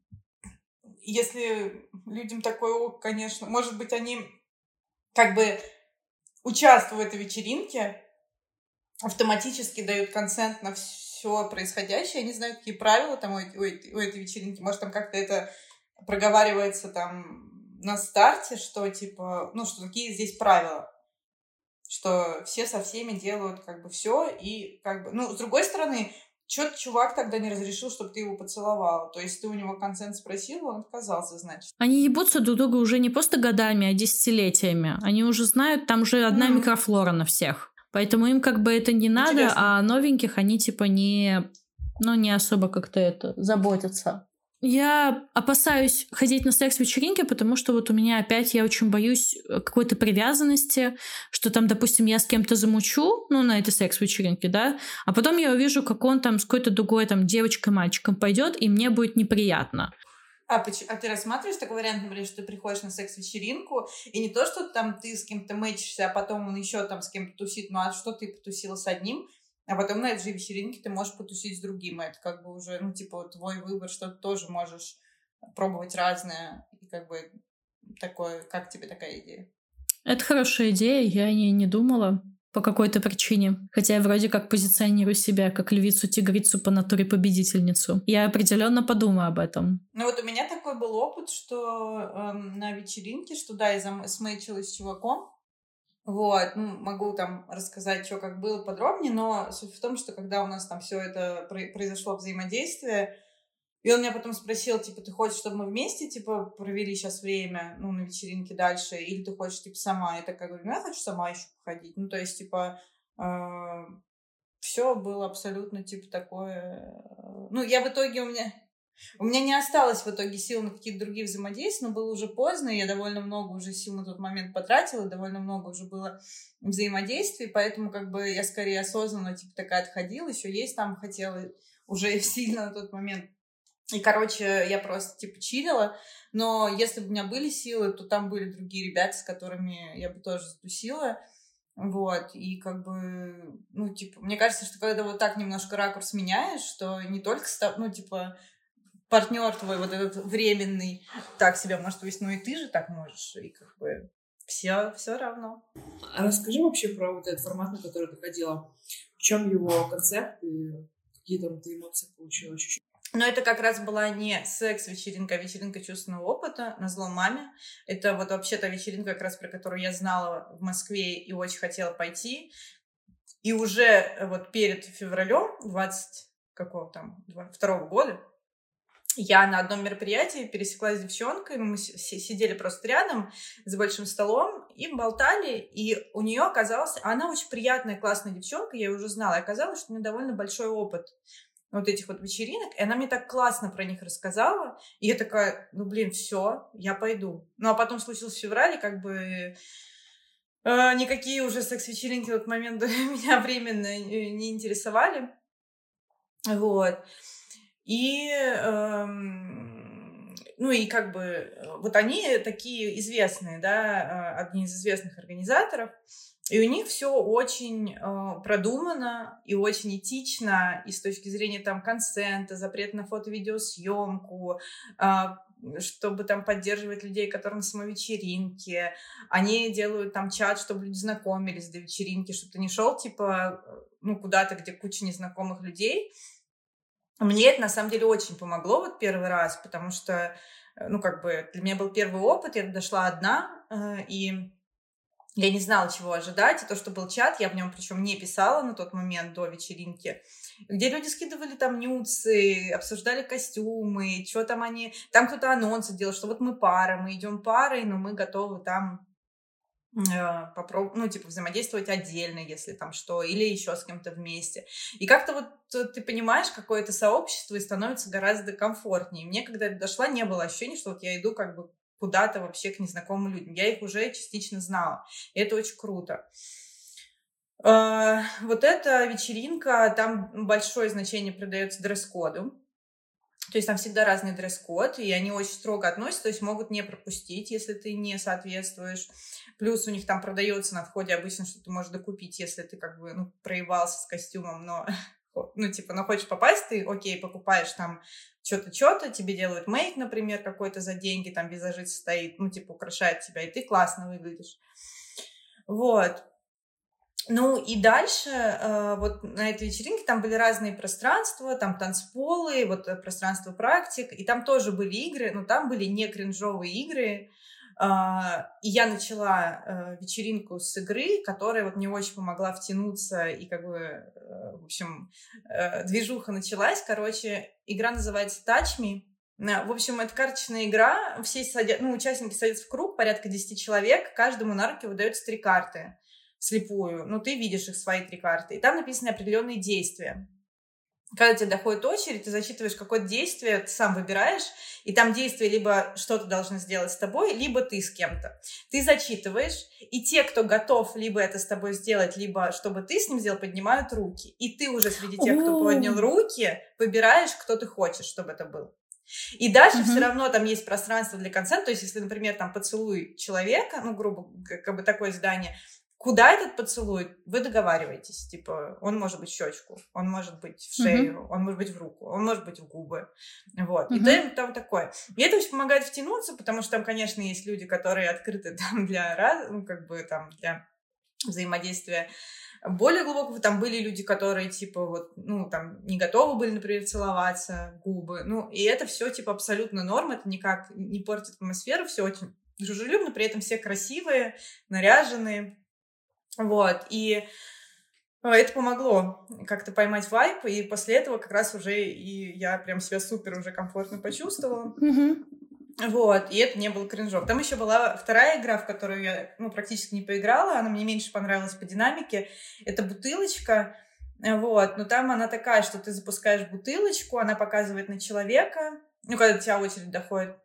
если людям такое, конечно, может быть, они как бы, участвуя в этой вечеринке, автоматически дают консент на все происходящее. Я не знаю, какие правила там у этой вечеринки. Может, там как-то это проговаривается там на старте, что типа, ну, что такие здесь правила, что все со всеми делают как бы все, и как бы, ну, с другой стороны, чё чувак тогда не разрешил, чтобы ты его поцеловала? То есть ты у него консент спросил, он отказался, значит. Они ебутся друг друга уже не просто годами, а десятилетиями. Они уже знают, там же одна микрофлора на всех. Поэтому им как бы это не надо, Интересно. а новеньких они типа не особо как-то это заботятся. Я опасаюсь ходить на секс-вечеринки, потому что вот у меня опять, я очень боюсь какой-то привязанности, что там, допустим, я с кем-то замучу, ну, на этой секс-вечеринке, да, а потом я увижу, как он там с какой-то другой там девочкой, мальчиком пойдет, и мне будет неприятно. А ты рассматриваешь такой вариант, например, что ты приходишь на секс-вечеринку, и не то, что там ты с кем-то мэчишься, а потом он еще там с кем-то тусит, ну, а что ты потусила с одним, а потом на этой же вечеринке ты можешь потусить с другим. Это как бы уже, ну, типа, твой выбор, что ты тоже можешь пробовать разное. И как бы такое, как тебе такая идея? Это хорошая идея, я о ней не думала по какой-то причине. Хотя я вроде как позиционирую себя как львицу-тигрицу по натуре победительницу. Я определенно подумаю об этом. Ну вот у меня такой был опыт, что на вечеринке, что да, я смычилась с чуваком. Вот, ну, могу там рассказать, что как было подробнее, но суть в том, что когда у нас там все это произошло взаимодействие, и он меня потом спросил, типа, ты хочешь, чтобы мы вместе, типа, провели сейчас время, ну, на вечеринке дальше, или ты хочешь, типа, сама? Я такая говорю, ну, я хочу сама еще походить. Ну, то есть, типа, все было абсолютно, типа, такое... Ну, я в итоге у меня не осталось в итоге сил на какие-то другие взаимодействия, но было уже поздно, и я довольно много уже сил на тот момент потратила, довольно много уже было взаимодействий, поэтому как бы я скорее осознанно типа такая отходила, еще есть там хотела уже сильно на тот момент. И, короче, я просто типа чилила, но если бы у меня были силы, то там были другие ребята, с которыми я бы тоже затусила. Вот, и как бы, ну, типа, мне кажется, что когда вот так немножко ракурс меняешь, что не только, ну, типа, партнер твой вот этот временный так себя может вести, ну и ты же так можешь, и как бы все равно. А расскажи вообще про вот этот формат, на который ты ходила. В чем его концепт и какие там ты эмоции получила, ощущения? Но это как раз была не секс-вечеринка, а вечеринка чувственного опыта назло маме. Это вот вообще та вечеринка, как раз про которую я знала в Москве и очень хотела пойти. И уже вот перед февралем 22 года я на одном мероприятии пересеклась с девчонкой, мы сидели просто рядом за большим столом и болтали, и у нее оказалось... Она очень приятная, классная девчонка, я ее уже знала, и оказалось, что у нее довольно большой опыт вот этих вот вечеринок, и она мне так классно про них рассказала, и я такая, ну, блин, все, я пойду. Ну, а потом случился февраль, и как бы... никакие уже секс-вечеринки в этот момент меня временно не интересовали. Вот. И, ну и как бы, вот они такие известные, да, одни из известных организаторов. И у них все очень продумано и очень этично, и с точки зрения там консента, запрет на фото-видеосъемку, чтобы там поддерживать людей, которые на самой вечеринке. Они делают там чат, чтобы люди знакомились до вечеринки, чтобы ты не шел, типа, ну, куда-то, где куча незнакомых людей. Мне это, на самом деле, очень помогло вот первый раз, потому что, ну, как бы, для меня был первый опыт, я дошла одна, и я не знала, чего ожидать, и то, что был чат, я в нем причем не писала на тот момент до вечеринки, где люди скидывали там нюцы, обсуждали костюмы, что там они... Там кто-то анонсы делал, что вот мы пара, мы идем парой, но мы готовы там попробовать, ну, типа, взаимодействовать отдельно, если там что, или еще с кем-то вместе. И как-то вот ты понимаешь какое-то сообщество и становится гораздо комфортнее. Мне, когда я дошла, не было ощущения, что вот я иду как бы куда-то вообще к незнакомым людям. Я их уже частично знала. И это очень круто. Вот эта вечеринка, там большое значение придается дресс-коду. То есть там всегда разный дресс-код, и они очень строго относятся, то есть могут не пропустить, если ты не соответствуешь. Плюс у них там продается на входе обычно, что ты можешь докупить, если ты как бы, ну, проебался с костюмом, но, ну, типа, но хочешь попасть, ты, окей, покупаешь там что-то, тебе делают мейк, например, какой-то за деньги, там визажист стоит, ну, типа, украшает тебя, и ты классно выглядишь. Вот. Ну, и дальше вот на этой вечеринке там были разные пространства, там танцполы, вот пространство практик, и там тоже были игры, но там были не кринжовые игры. И я начала вечеринку с игры, которая вот мне очень помогла втянуться, и как бы, в общем, движуха началась. Короче, игра называется Touch Me. В общем, это карточная игра, все участники садятся в круг, порядка 10 человек, каждому на руки выдается 3 карты слепую, ну, ты видишь их, свои 3 карты, и там написаны определенные действия. Когда тебе доходит очередь, ты зачитываешь какое-то действие, ты сам выбираешь, и там действие либо что-то должно сделать с тобой, либо ты с кем-то. Ты зачитываешь, и те, кто готов либо это с тобой сделать, либо чтобы ты с ним сделал, поднимают руки. И ты уже среди тех, кто поднял руки, выбираешь, кто ты хочешь, чтобы это был. И дальше все равно там есть пространство для консента, то есть если, например, там поцелуй человека, ну, грубо, как бы такое здание, куда этот поцелуй, вы договариваетесь. Типа, он может быть в щечку, он может быть в шею, он может быть в руку, он может быть в губы. Вот. И там такое. И это очень помогает втянуться, потому что там, конечно, есть люди, которые открыты там для, ну, как бы там для взаимодействия более глубокого. Там были люди, которые, типа, вот, ну, там, не готовы были, например, целоваться, губы. Ну, и это все, типа, абсолютно норм, это никак не портит атмосферу, все очень дружелюбно, при этом все красивые, наряженные. Вот, и это помогло как-то поймать вайб, и после этого как раз уже и я прям себя супер уже комфортно почувствовала. Вот, и это не было кринжов. Там еще была вторая игра, в которую я, ну, практически не поиграла, она мне меньше понравилась по динамике. Это бутылочка, вот, но там она такая, что ты запускаешь бутылочку, она показывает на человека, ну, когда до тебя очередь доходит,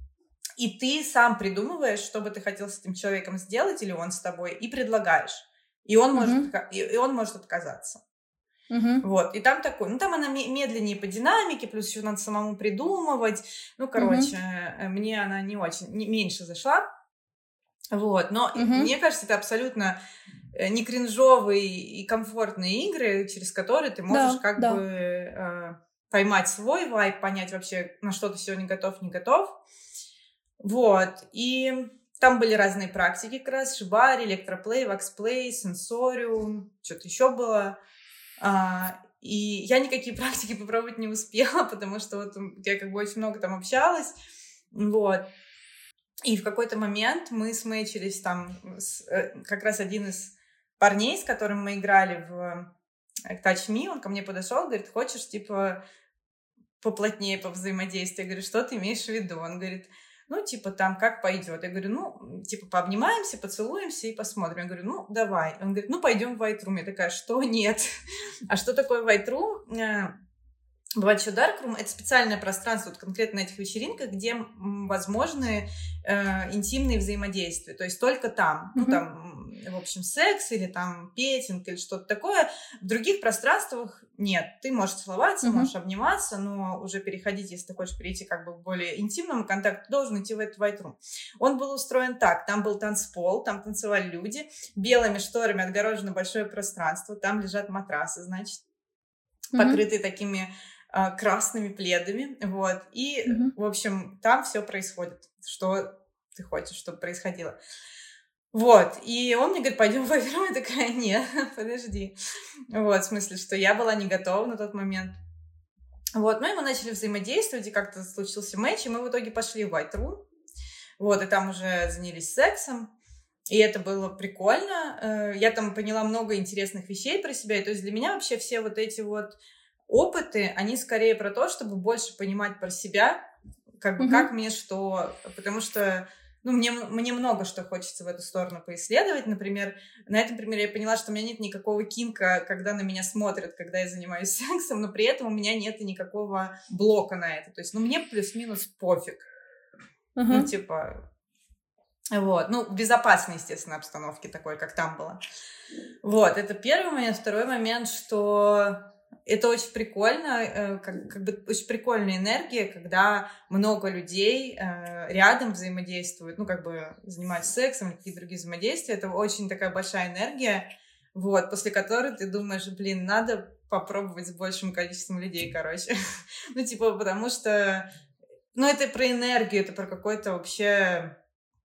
и ты сам придумываешь, что бы ты хотел с этим человеком сделать, или он с тобой, и предлагаешь. И он может отказаться. Вот. И там такой... Ну, там она медленнее по динамике, плюс еще надо самому придумывать. Ну, короче, мне она не очень... меньше зашла. Вот. Но мне кажется, это абсолютно не кринжовые и комфортные игры, через которые ты можешь бы поймать свой вайб, понять вообще, на что ты сегодня готов, не готов. Вот, и там были разные практики как раз, шибари, электроплей, ваксплей, сенсориум, что-то еще было. И я никакие практики попробовать не успела, потому что вот я как бы очень много там общалась, вот. И в какой-то момент мы смэчились там, как раз один из парней, с которым мы играли в Touch Me, он ко мне подошел, говорит, хочешь, типа, поплотнее повзаимодействовать? Я говорю, что ты имеешь в виду? Он говорит, ну, типа, там, как пойдет. Я говорю, ну, типа, пообнимаемся, поцелуемся и посмотрим. Я говорю, ну, давай. Он говорит, ну, пойдем в White Room. Я такая, что? Нет. А что такое White Room? Бывает еще dark room, это специальное пространство вот конкретно на этих вечеринках, где возможны интимные взаимодействия, то есть только там, ну там, в общем, секс или там петинг или что-то такое. В других пространствах нет, ты можешь целоваться, можешь обниматься, но уже переходить, если ты хочешь перейти как бы к более интимному контакту, ты должен идти в этот white room. Он был устроен так, там был танцпол, там танцевали люди, белыми шторами отгорожено большое пространство, там лежат матрасы, значит, покрытые такими красными пледами, вот, и, в общем, там все происходит, что ты хочешь, чтобы происходило. Вот, и он мне говорит, пойдем в white room, я такая, нет, подожди, вот, в смысле, что я была не готова на тот момент. Вот, ну и мы начали взаимодействовать, и как-то случился матч, и мы в итоге пошли в white room, вот, и там уже занялись сексом, и это было прикольно, я там поняла много интересных вещей про себя, и то есть для меня вообще все вот эти вот опыты, они скорее про то, чтобы больше понимать про себя, как бы как мне что, потому что, ну, мне много что хочется в эту сторону поисследовать. Например, на этом примере я поняла, что у меня нет никакого кинка, когда на меня смотрят, когда я занимаюсь сексом, но при этом у меня нет и никакого блока на это. То есть, ну, мне плюс-минус пофиг. Ну, типа, вот, ну, в безопасной, естественно, обстановке такой, как там было. Вот, это первый момент. Второй момент, что это очень прикольно, как бы очень прикольная энергия, когда много людей рядом взаимодействуют, ну, как бы занимаются сексом или какие-то другие взаимодействия. Это очень такая большая энергия, вот, после которой ты думаешь, блин, надо попробовать с большим количеством людей, короче. Ну, типа, потому что, ну, это про энергию, это про какой-то вообще...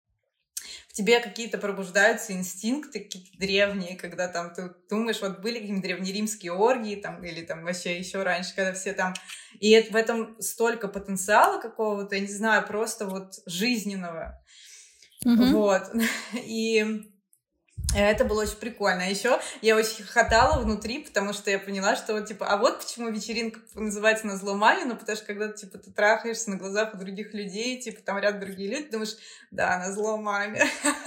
В тебе какие-то пробуждаются инстинкты какие-то древние, когда там ты думаешь, вот были какие-то древнеримские оргии там, или там вообще еще раньше, когда все там... И в этом столько потенциала какого-то, я не знаю, просто вот жизненного. Вот. И это было очень прикольно. А еще я очень хохотала внутри, потому что я поняла, что вот, типа, а вот почему вечеринка называется «Назло маме», ну, потому что когда типа, ты трахаешься на глазах у других людей, типа, там рядом другие люди, думаешь, да, назло маме.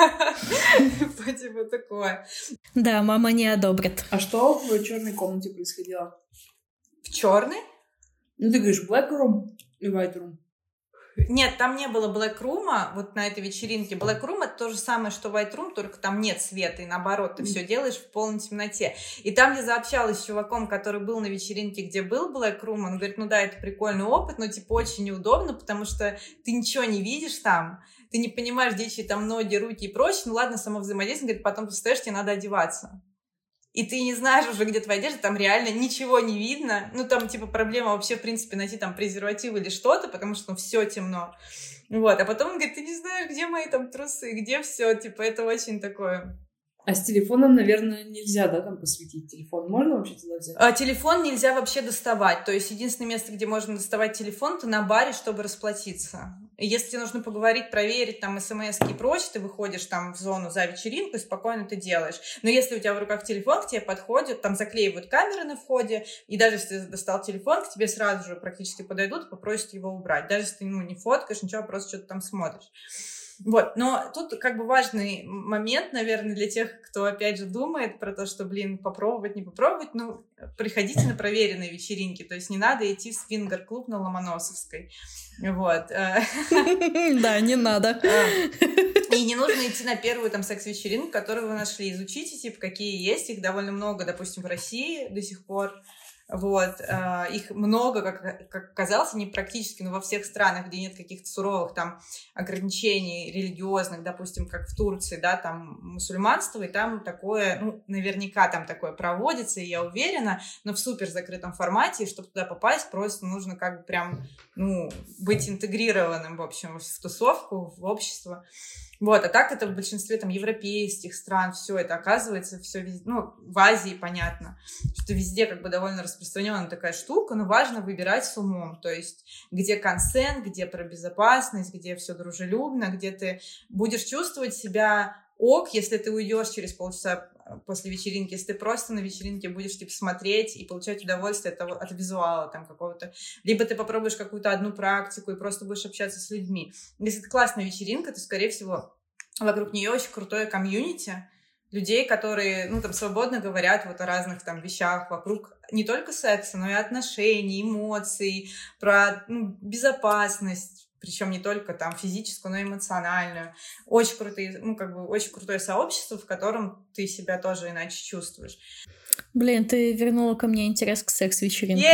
Типа такое. Да, мама не одобрит. А что в черной комнате происходило? В черной? Ну, ты говоришь, black room и white room. Нет, там не было Black Room, вот на этой вечеринке. Black Room — это то же самое, что White Room, только там нет света, и наоборот, ты все делаешь в полной темноте. И там я заобщалась с чуваком, который был на вечеринке, где был Black Room, он говорит, ну да, это прикольный опыт, но типа очень неудобно, потому что ты ничего не видишь там, ты не понимаешь, где чьи там ноги, руки и прочее, ну ладно, само взаимодействие, говорит, потом ты встаешь, тебе надо одеваться. И ты не знаешь уже, где твоя одежда, там реально ничего не видно. Ну, там, типа, проблема вообще, в принципе, найти там презерватив или что-то, потому что, ну, все темно. Вот, а потом он говорит, ты не знаешь, где мои там трусы, где все, типа, это очень такое... А с телефоном, наверное, нельзя, да, там посветить телефон? Можно вообще туда взять? Телефон нельзя вообще доставать. То есть единственное место, где можно доставать телефон, это на баре, чтобы расплатиться. И если тебе нужно поговорить, проверить там смс-ки и прочее, ты выходишь там в зону за вечеринку и спокойно это делаешь. Но если у тебя в руках телефон, к тебе подходят, там заклеивают камеры на входе, и даже если ты достал телефон, к тебе сразу же практически подойдут и попросят его убрать. Даже если ты не фоткаешь, ничего, просто что-то там смотришь. Вот, но тут как бы важный момент, наверное, для тех, кто, опять же, думает про то, что, блин, попробовать, не попробовать, ну, приходите на проверенные вечеринки, то есть не надо идти в свингер-клуб на Ломоносовской, вот. Да, не надо. И не нужно идти на первую там секс-вечеринку, которую вы нашли, изучите, типа, какие есть, их довольно много, допустим, в России до сих пор. Вот, их много, как оказалось, не практически, но во всех странах, где нет каких-то суровых там ограничений религиозных, допустим, как в Турции, да, там мусульманство, и там такое, ну, наверняка там такое проводится, и я уверена, но в супер закрытом формате, и чтобы туда попасть, просто нужно как бы прям, ну, быть интегрированным, в общем, в тусовку, в общество. Вот, а так это в большинстве там европейских стран все это оказывается, все везде, ну, в Азии, понятно, что везде как бы довольно распространенная такая штука, но важно выбирать с умом, то есть где консент, где про безопасность, где все дружелюбно, где ты будешь чувствовать себя ок, если ты уйдешь через полчаса после вечеринки, если ты просто на вечеринке будешь типа смотреть и получать удовольствие от визуала там какого-то, либо ты попробуешь какую-то одну практику и просто будешь общаться с людьми. Если это классная вечеринка, то, скорее всего, вокруг нее очень крутое комьюнити, людей, которые, ну, там, свободно говорят вот о разных там вещах вокруг не только секса, но и отношений, эмоций, про безопасность, причем не только там физическую, но и эмоциональную. Очень крутые, ну, как бы очень крутое сообщество, в котором ты себя тоже иначе чувствуешь. Блин, ты вернула ко мне интерес к секс-вечеринкам.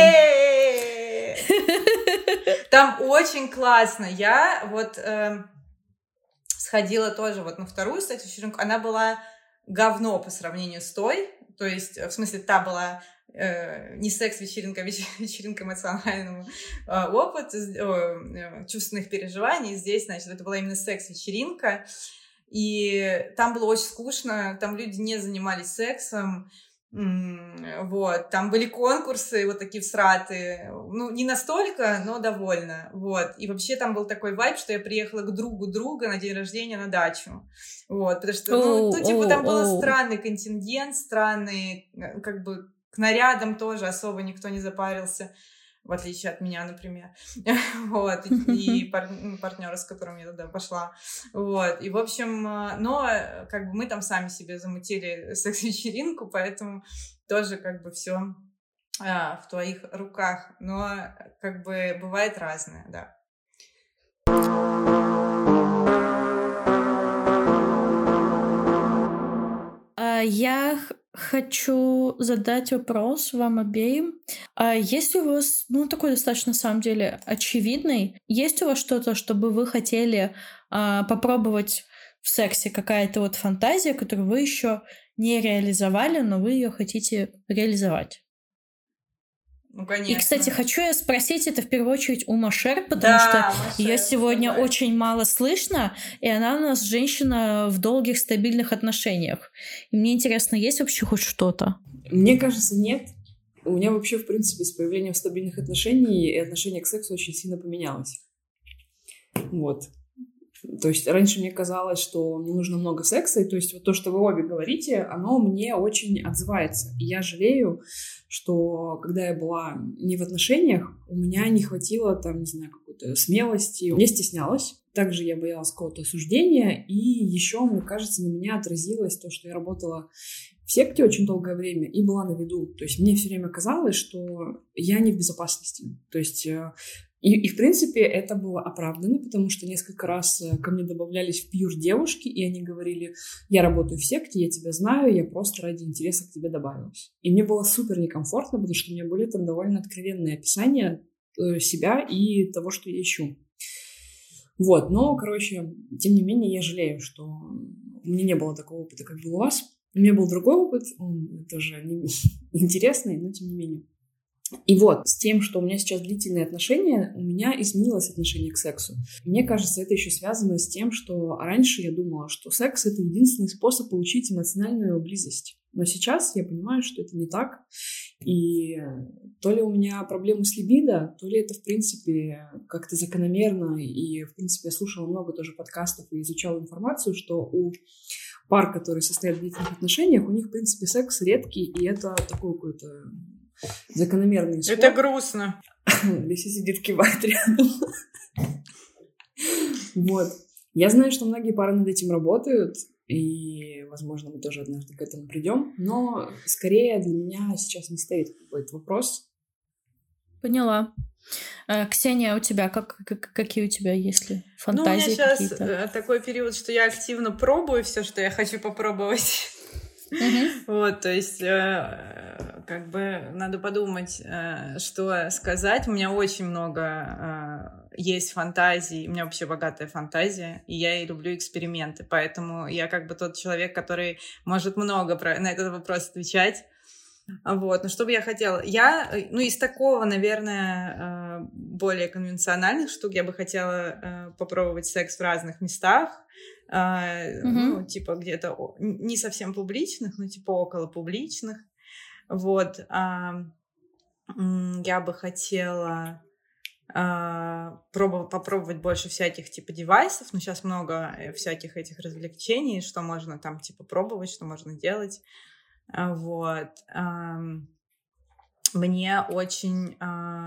Там очень классно. Я вот сходила тоже вот на вторую секс-вечеринку. Она была говно по сравнению с той. То есть, в смысле, та была не секс-вечеринка, а вечеринка эмоционального опыта, чувственных переживаний. Здесь, значит, это была именно секс-вечеринка. И там было очень скучно. Там люди не занимались сексом. Вот, там были конкурсы вот такие всратые, ну, не настолько, но довольно, вот, и вообще там был такой вайб, что я приехала к другу друга на день рождения на дачу, вот, потому что, типа, там был странный контингент, странный, как бы, к нарядам тоже особо никто не запарился, в отличие от меня, например, вот, и партнера, с которым я туда пошла, вот, и, в общем, но, как бы, мы там сами себе замутили секс-вечеринку, поэтому тоже, как бы, все в твоих руках, но, как бы, бывает разное, да. Я хочу задать вопрос вам обеим. Есть у вас, ну, такой достаточно, на самом деле, очевидный, есть у вас что-то, чтобы вы хотели попробовать в сексе, какая-то вот фантазия, которую вы еще не реализовали, но вы ее хотите реализовать? Ну, конечно. И, кстати, хочу я спросить это в первую очередь у Машер, потому что ее сегодня очень мало слышно, и она у нас женщина в долгих, стабильных отношениях. И мне интересно, есть вообще хоть что-то? Мне кажется, нет. У меня вообще, в принципе, с появлением стабильных отношений и отношение к сексу очень сильно поменялось. Вот. То есть раньше мне казалось, что мне нужно много секса, и то есть вот то, что вы обе говорите, оно мне очень отзывается. И я жалею, что когда я была не в отношениях, у меня не хватило там, не знаю, какой-то смелости, я стеснялась. Также я боялась какого-то осуждения, и еще, мне кажется, на меня отразилось то, что я работала в секте очень долгое время и была на виду. То есть мне все время казалось, что я не в безопасности. То есть и в принципе, это было оправдано, потому что несколько раз ко мне добавлялись в пьюр девушки, и они говорили: я работаю в секте, я тебя знаю, я просто ради интереса к тебе добавилась. И мне было супер некомфортно, потому что у меня были там довольно откровенные описания себя и того, что я ищу. Вот, но, короче, тем не менее, я жалею, что у меня не было такого опыта, как был у вас. У меня был другой опыт, он тоже интересный, но тем не менее. И вот, с тем, что у меня сейчас длительные отношения, у меня изменилось отношение к сексу. Мне кажется, это еще связано с тем, что раньше я думала, что секс — это единственный способ получить эмоциональную близость. Но сейчас я понимаю, что это не так. И то ли у меня проблемы с либидо, то ли это, в принципе, как-то закономерно. И, в принципе, я слушала много тоже подкастов и изучала информацию, что у пар, которые состоят в длительных отношениях, у них, в принципе, секс редкий, и это такой какой-то закономерный исход. Это грустно. Леся сидит, кивает рядом. Вот. Я знаю, что многие пары над этим работают, и, возможно, мы тоже однажды к этому придем, но скорее для меня сейчас не стоит какой-то вопрос. Поняла. Ксения, у тебя какие у тебя есть ли фантазии какие-то? Ну, у меня сейчас такой период, что я активно пробую все, что я хочу попробовать. Вот, то есть, как бы надо подумать, что сказать. У меня очень много есть фантазий, у меня вообще богатая фантазия, и я и люблю эксперименты, поэтому я как бы тот человек, который может много на этот вопрос отвечать. Вот, ну что бы я хотела? Ну, из такого, наверное, более конвенциональных штук я бы хотела попробовать секс в разных местах, ну, типа где-то не совсем публичных, но типа около публичных. Вот, я бы хотела попробовать больше всяких типа девайсов, но сейчас много всяких этих развлечений, что можно там типа пробовать, что можно делать. Вот. Мне очень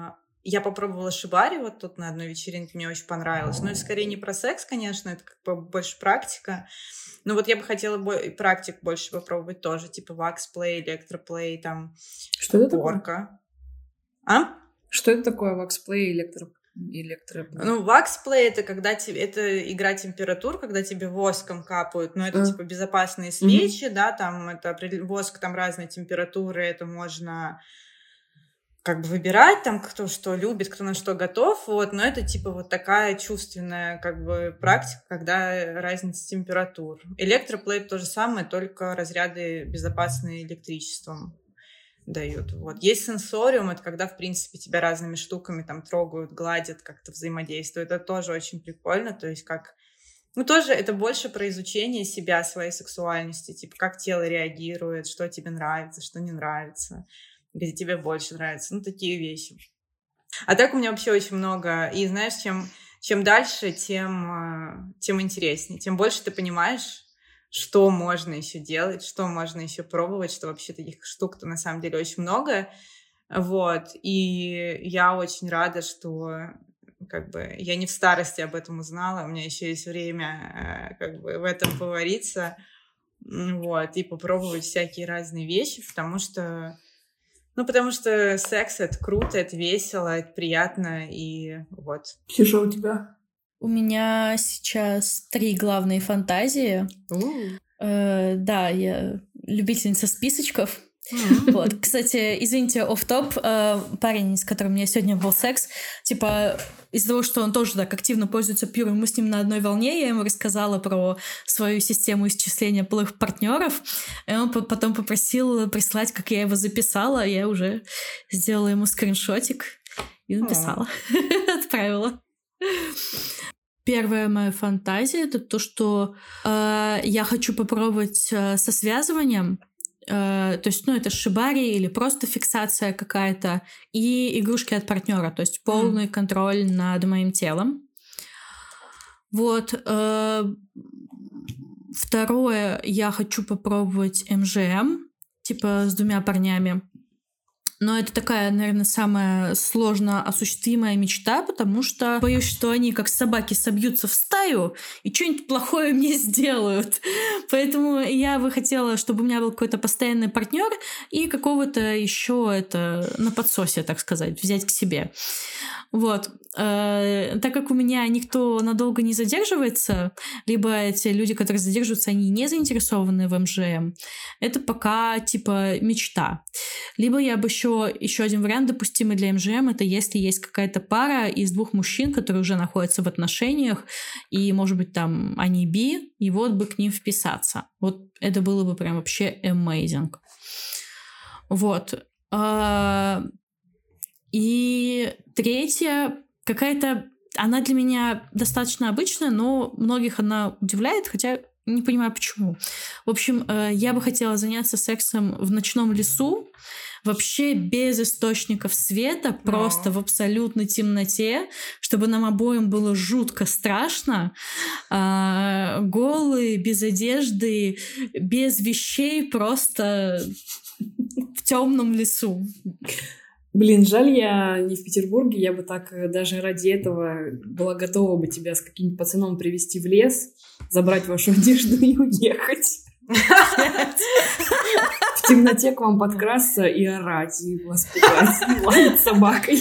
я попробовала шибари вот тут на одной вечеринке, мне очень понравилось. Но это скорее не про секс, конечно, это как бы больше практика. Но вот я бы хотела практик больше попробовать тоже, типа ваксплей, электроплей, там, Что это порка. такое? Что это такое ваксплей, электроплей? Ну, ваксплей — это когда это игра температур, когда тебе воском капают, но это типа безопасные свечи, да, там это воск, там разные температуры, это можно как бы выбирать, там кто что любит, кто на что готов, вот, но это типа вот такая чувственная как бы практика, когда разница температур. Электроплей — то же самое, только разряды безопасные электричеством дают. Вот. Есть сенсориум, это когда, в принципе, тебя разными штуками там трогают, гладят, как-то взаимодействуют. Это тоже очень прикольно, то есть как... Ну, тоже это больше про изучение себя, своей сексуальности, типа, как тело реагирует, что тебе нравится, что не нравится, где тебе больше нравится, ну, такие вещи. А так у меня вообще очень много, и знаешь, чем дальше, тем интереснее, тем больше ты понимаешь, что можно еще делать, что можно еще пробовать, что вообще таких штук-то на самом деле очень много. Вот. И я очень рада, что как бы я не в старости об этом узнала, у меня еще есть время как бы в этом повариться, вот, и попробовать всякие разные вещи, потому что секс — это круто, это весело, это приятно, и вот. Ксюша, у тебя? У меня сейчас 3 главные фантазии. Да, я любительница списочков. Вот. Кстати, извините, офф-топ, парень, с которым у меня сегодня был секс, типа, из-за того, что он тоже так активно пользуется пюром, мы с ним на одной волне, я ему рассказала про свою систему исчисления половых партнеров, и он потом попросил прислать, как я его записала, я уже сделала ему скриншотик и написала, отправила. Первая моя фантазия — это то, что я хочу попробовать со связыванием, то есть, ну, это шибари или просто фиксация какая-то, и игрушки от партнера, то есть полный контроль над моим телом. Вот. Второе, я хочу попробовать МЖМ, типа с 2 парнями. Но это такая, наверное, самая сложно осуществимая мечта, потому что боюсь, что они как собаки собьются в стаю и что-нибудь плохое мне сделают. Поэтому я бы хотела, чтобы у меня был какой-то постоянный партнер и какого-то еще это на подсосе, так сказать, взять к себе. Вот. Так как у меня никто надолго не задерживается, либо эти люди, которые задерживаются, они не заинтересованы в МЖМ, это пока типа мечта. Либо я бы еще один вариант допустимый для МЖМ, это если есть какая-то пара из 2 мужчин, которые уже находятся в отношениях, и, может быть, там они би, и вот бы к ним вписаться. Вот это было бы прям вообще amazing. Вот. И третья, какая-то, она для меня достаточно обычная, но многих она удивляет, хотя не понимаю почему. В общем, я бы хотела заняться сексом в ночном лесу, вообще без источников света, просто в абсолютной темноте, чтобы нам обоим было жутко страшно, голые, без одежды, без вещей, просто в темном лесу. Блин, жаль, я не в Петербурге, я бы так даже ради этого была готова бы тебя с каким-нибудь пацаном привезти в лес, забрать вашу одежду и уехать. В темноте к вам подкрасться и орать, и вас пугать, и лаять собакой.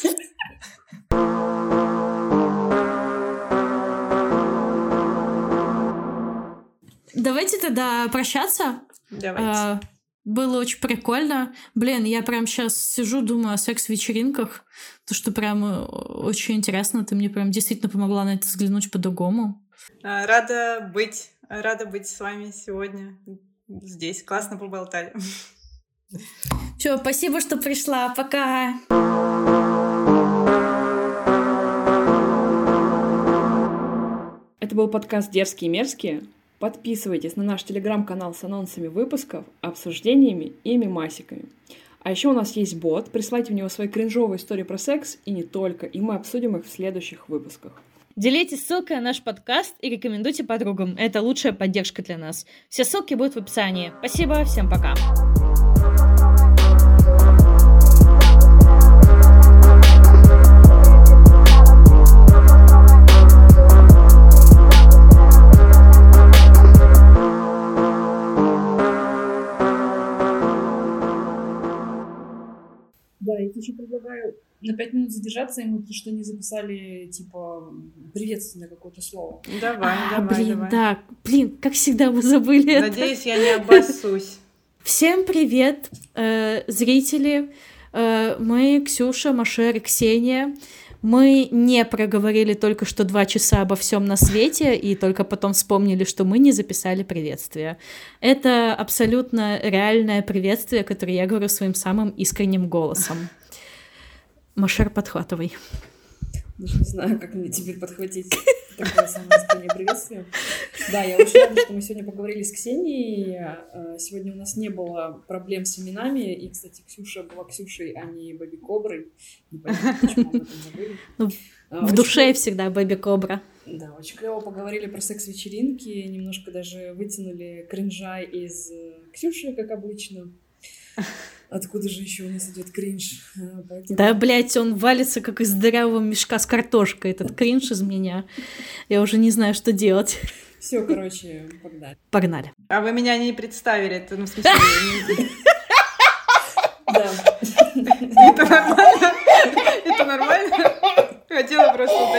Давайте тогда прощаться. Давайте. Было очень прикольно. Блин, я прям сейчас сижу, думаю о секс-вечеринках. То, что прям очень интересно. Ты мне прям действительно помогла на это взглянуть по-другому. Рада быть с вами сегодня здесь. Классно поболтали. Все, спасибо, что пришла. Пока. Это был подкаст «Дерзкие и мерзкие». Подписывайтесь на наш телеграм-канал с анонсами выпусков, обсуждениями и мемасиками. А еще у нас есть бот, присылайте в него свои кринжовые истории про секс и не только, и мы обсудим их в следующих выпусках. Делитесь ссылкой на наш подкаст и рекомендуйте подругам. Это лучшая поддержка для нас. Все ссылки будут в описании. Спасибо, всем пока. на 5 минут задержаться, и мы потому что не записали, типа, приветственное какое-то слово. Давай. Да. Блин, как всегда мы забыли это. Надеюсь, я не обоссусь. Всем привет, зрители. Мы Ксюша, Машер и Ксения. Мы не проговорили только что 2 часа обо всем на свете и только потом вспомнили, что мы не записали приветствие. Это абсолютно реальное приветствие, которое я говорю своим самым искренним голосом. Машер, подхватывай. Даже не знаю, как мне теперь подхватить такое самое искреннее приветствие. Да, я очень рада, что мы сегодня поговорили с Ксенией. Сегодня у нас не было проблем с именами. И, кстати, Ксюша была Ксюшей, а не Бэби Коброй. Непонятно, почему мы об этом забыли. В душе всегда Бэби Кобра. Да, очень клево поговорили про секс-вечеринки. Немножко даже вытянули кринжа из Ксюши, как обычно. Откуда же еще у нас идет кринж? Поэтому... Да, блядь, он валится, как из дырявого мешка с картошкой. Этот кринж из меня. Я уже не знаю, что делать. Все, короче, погнали. Погнали. А вы меня не представили, это, ну, в смысле... Да. Это нормально? Это нормально? Хотела просто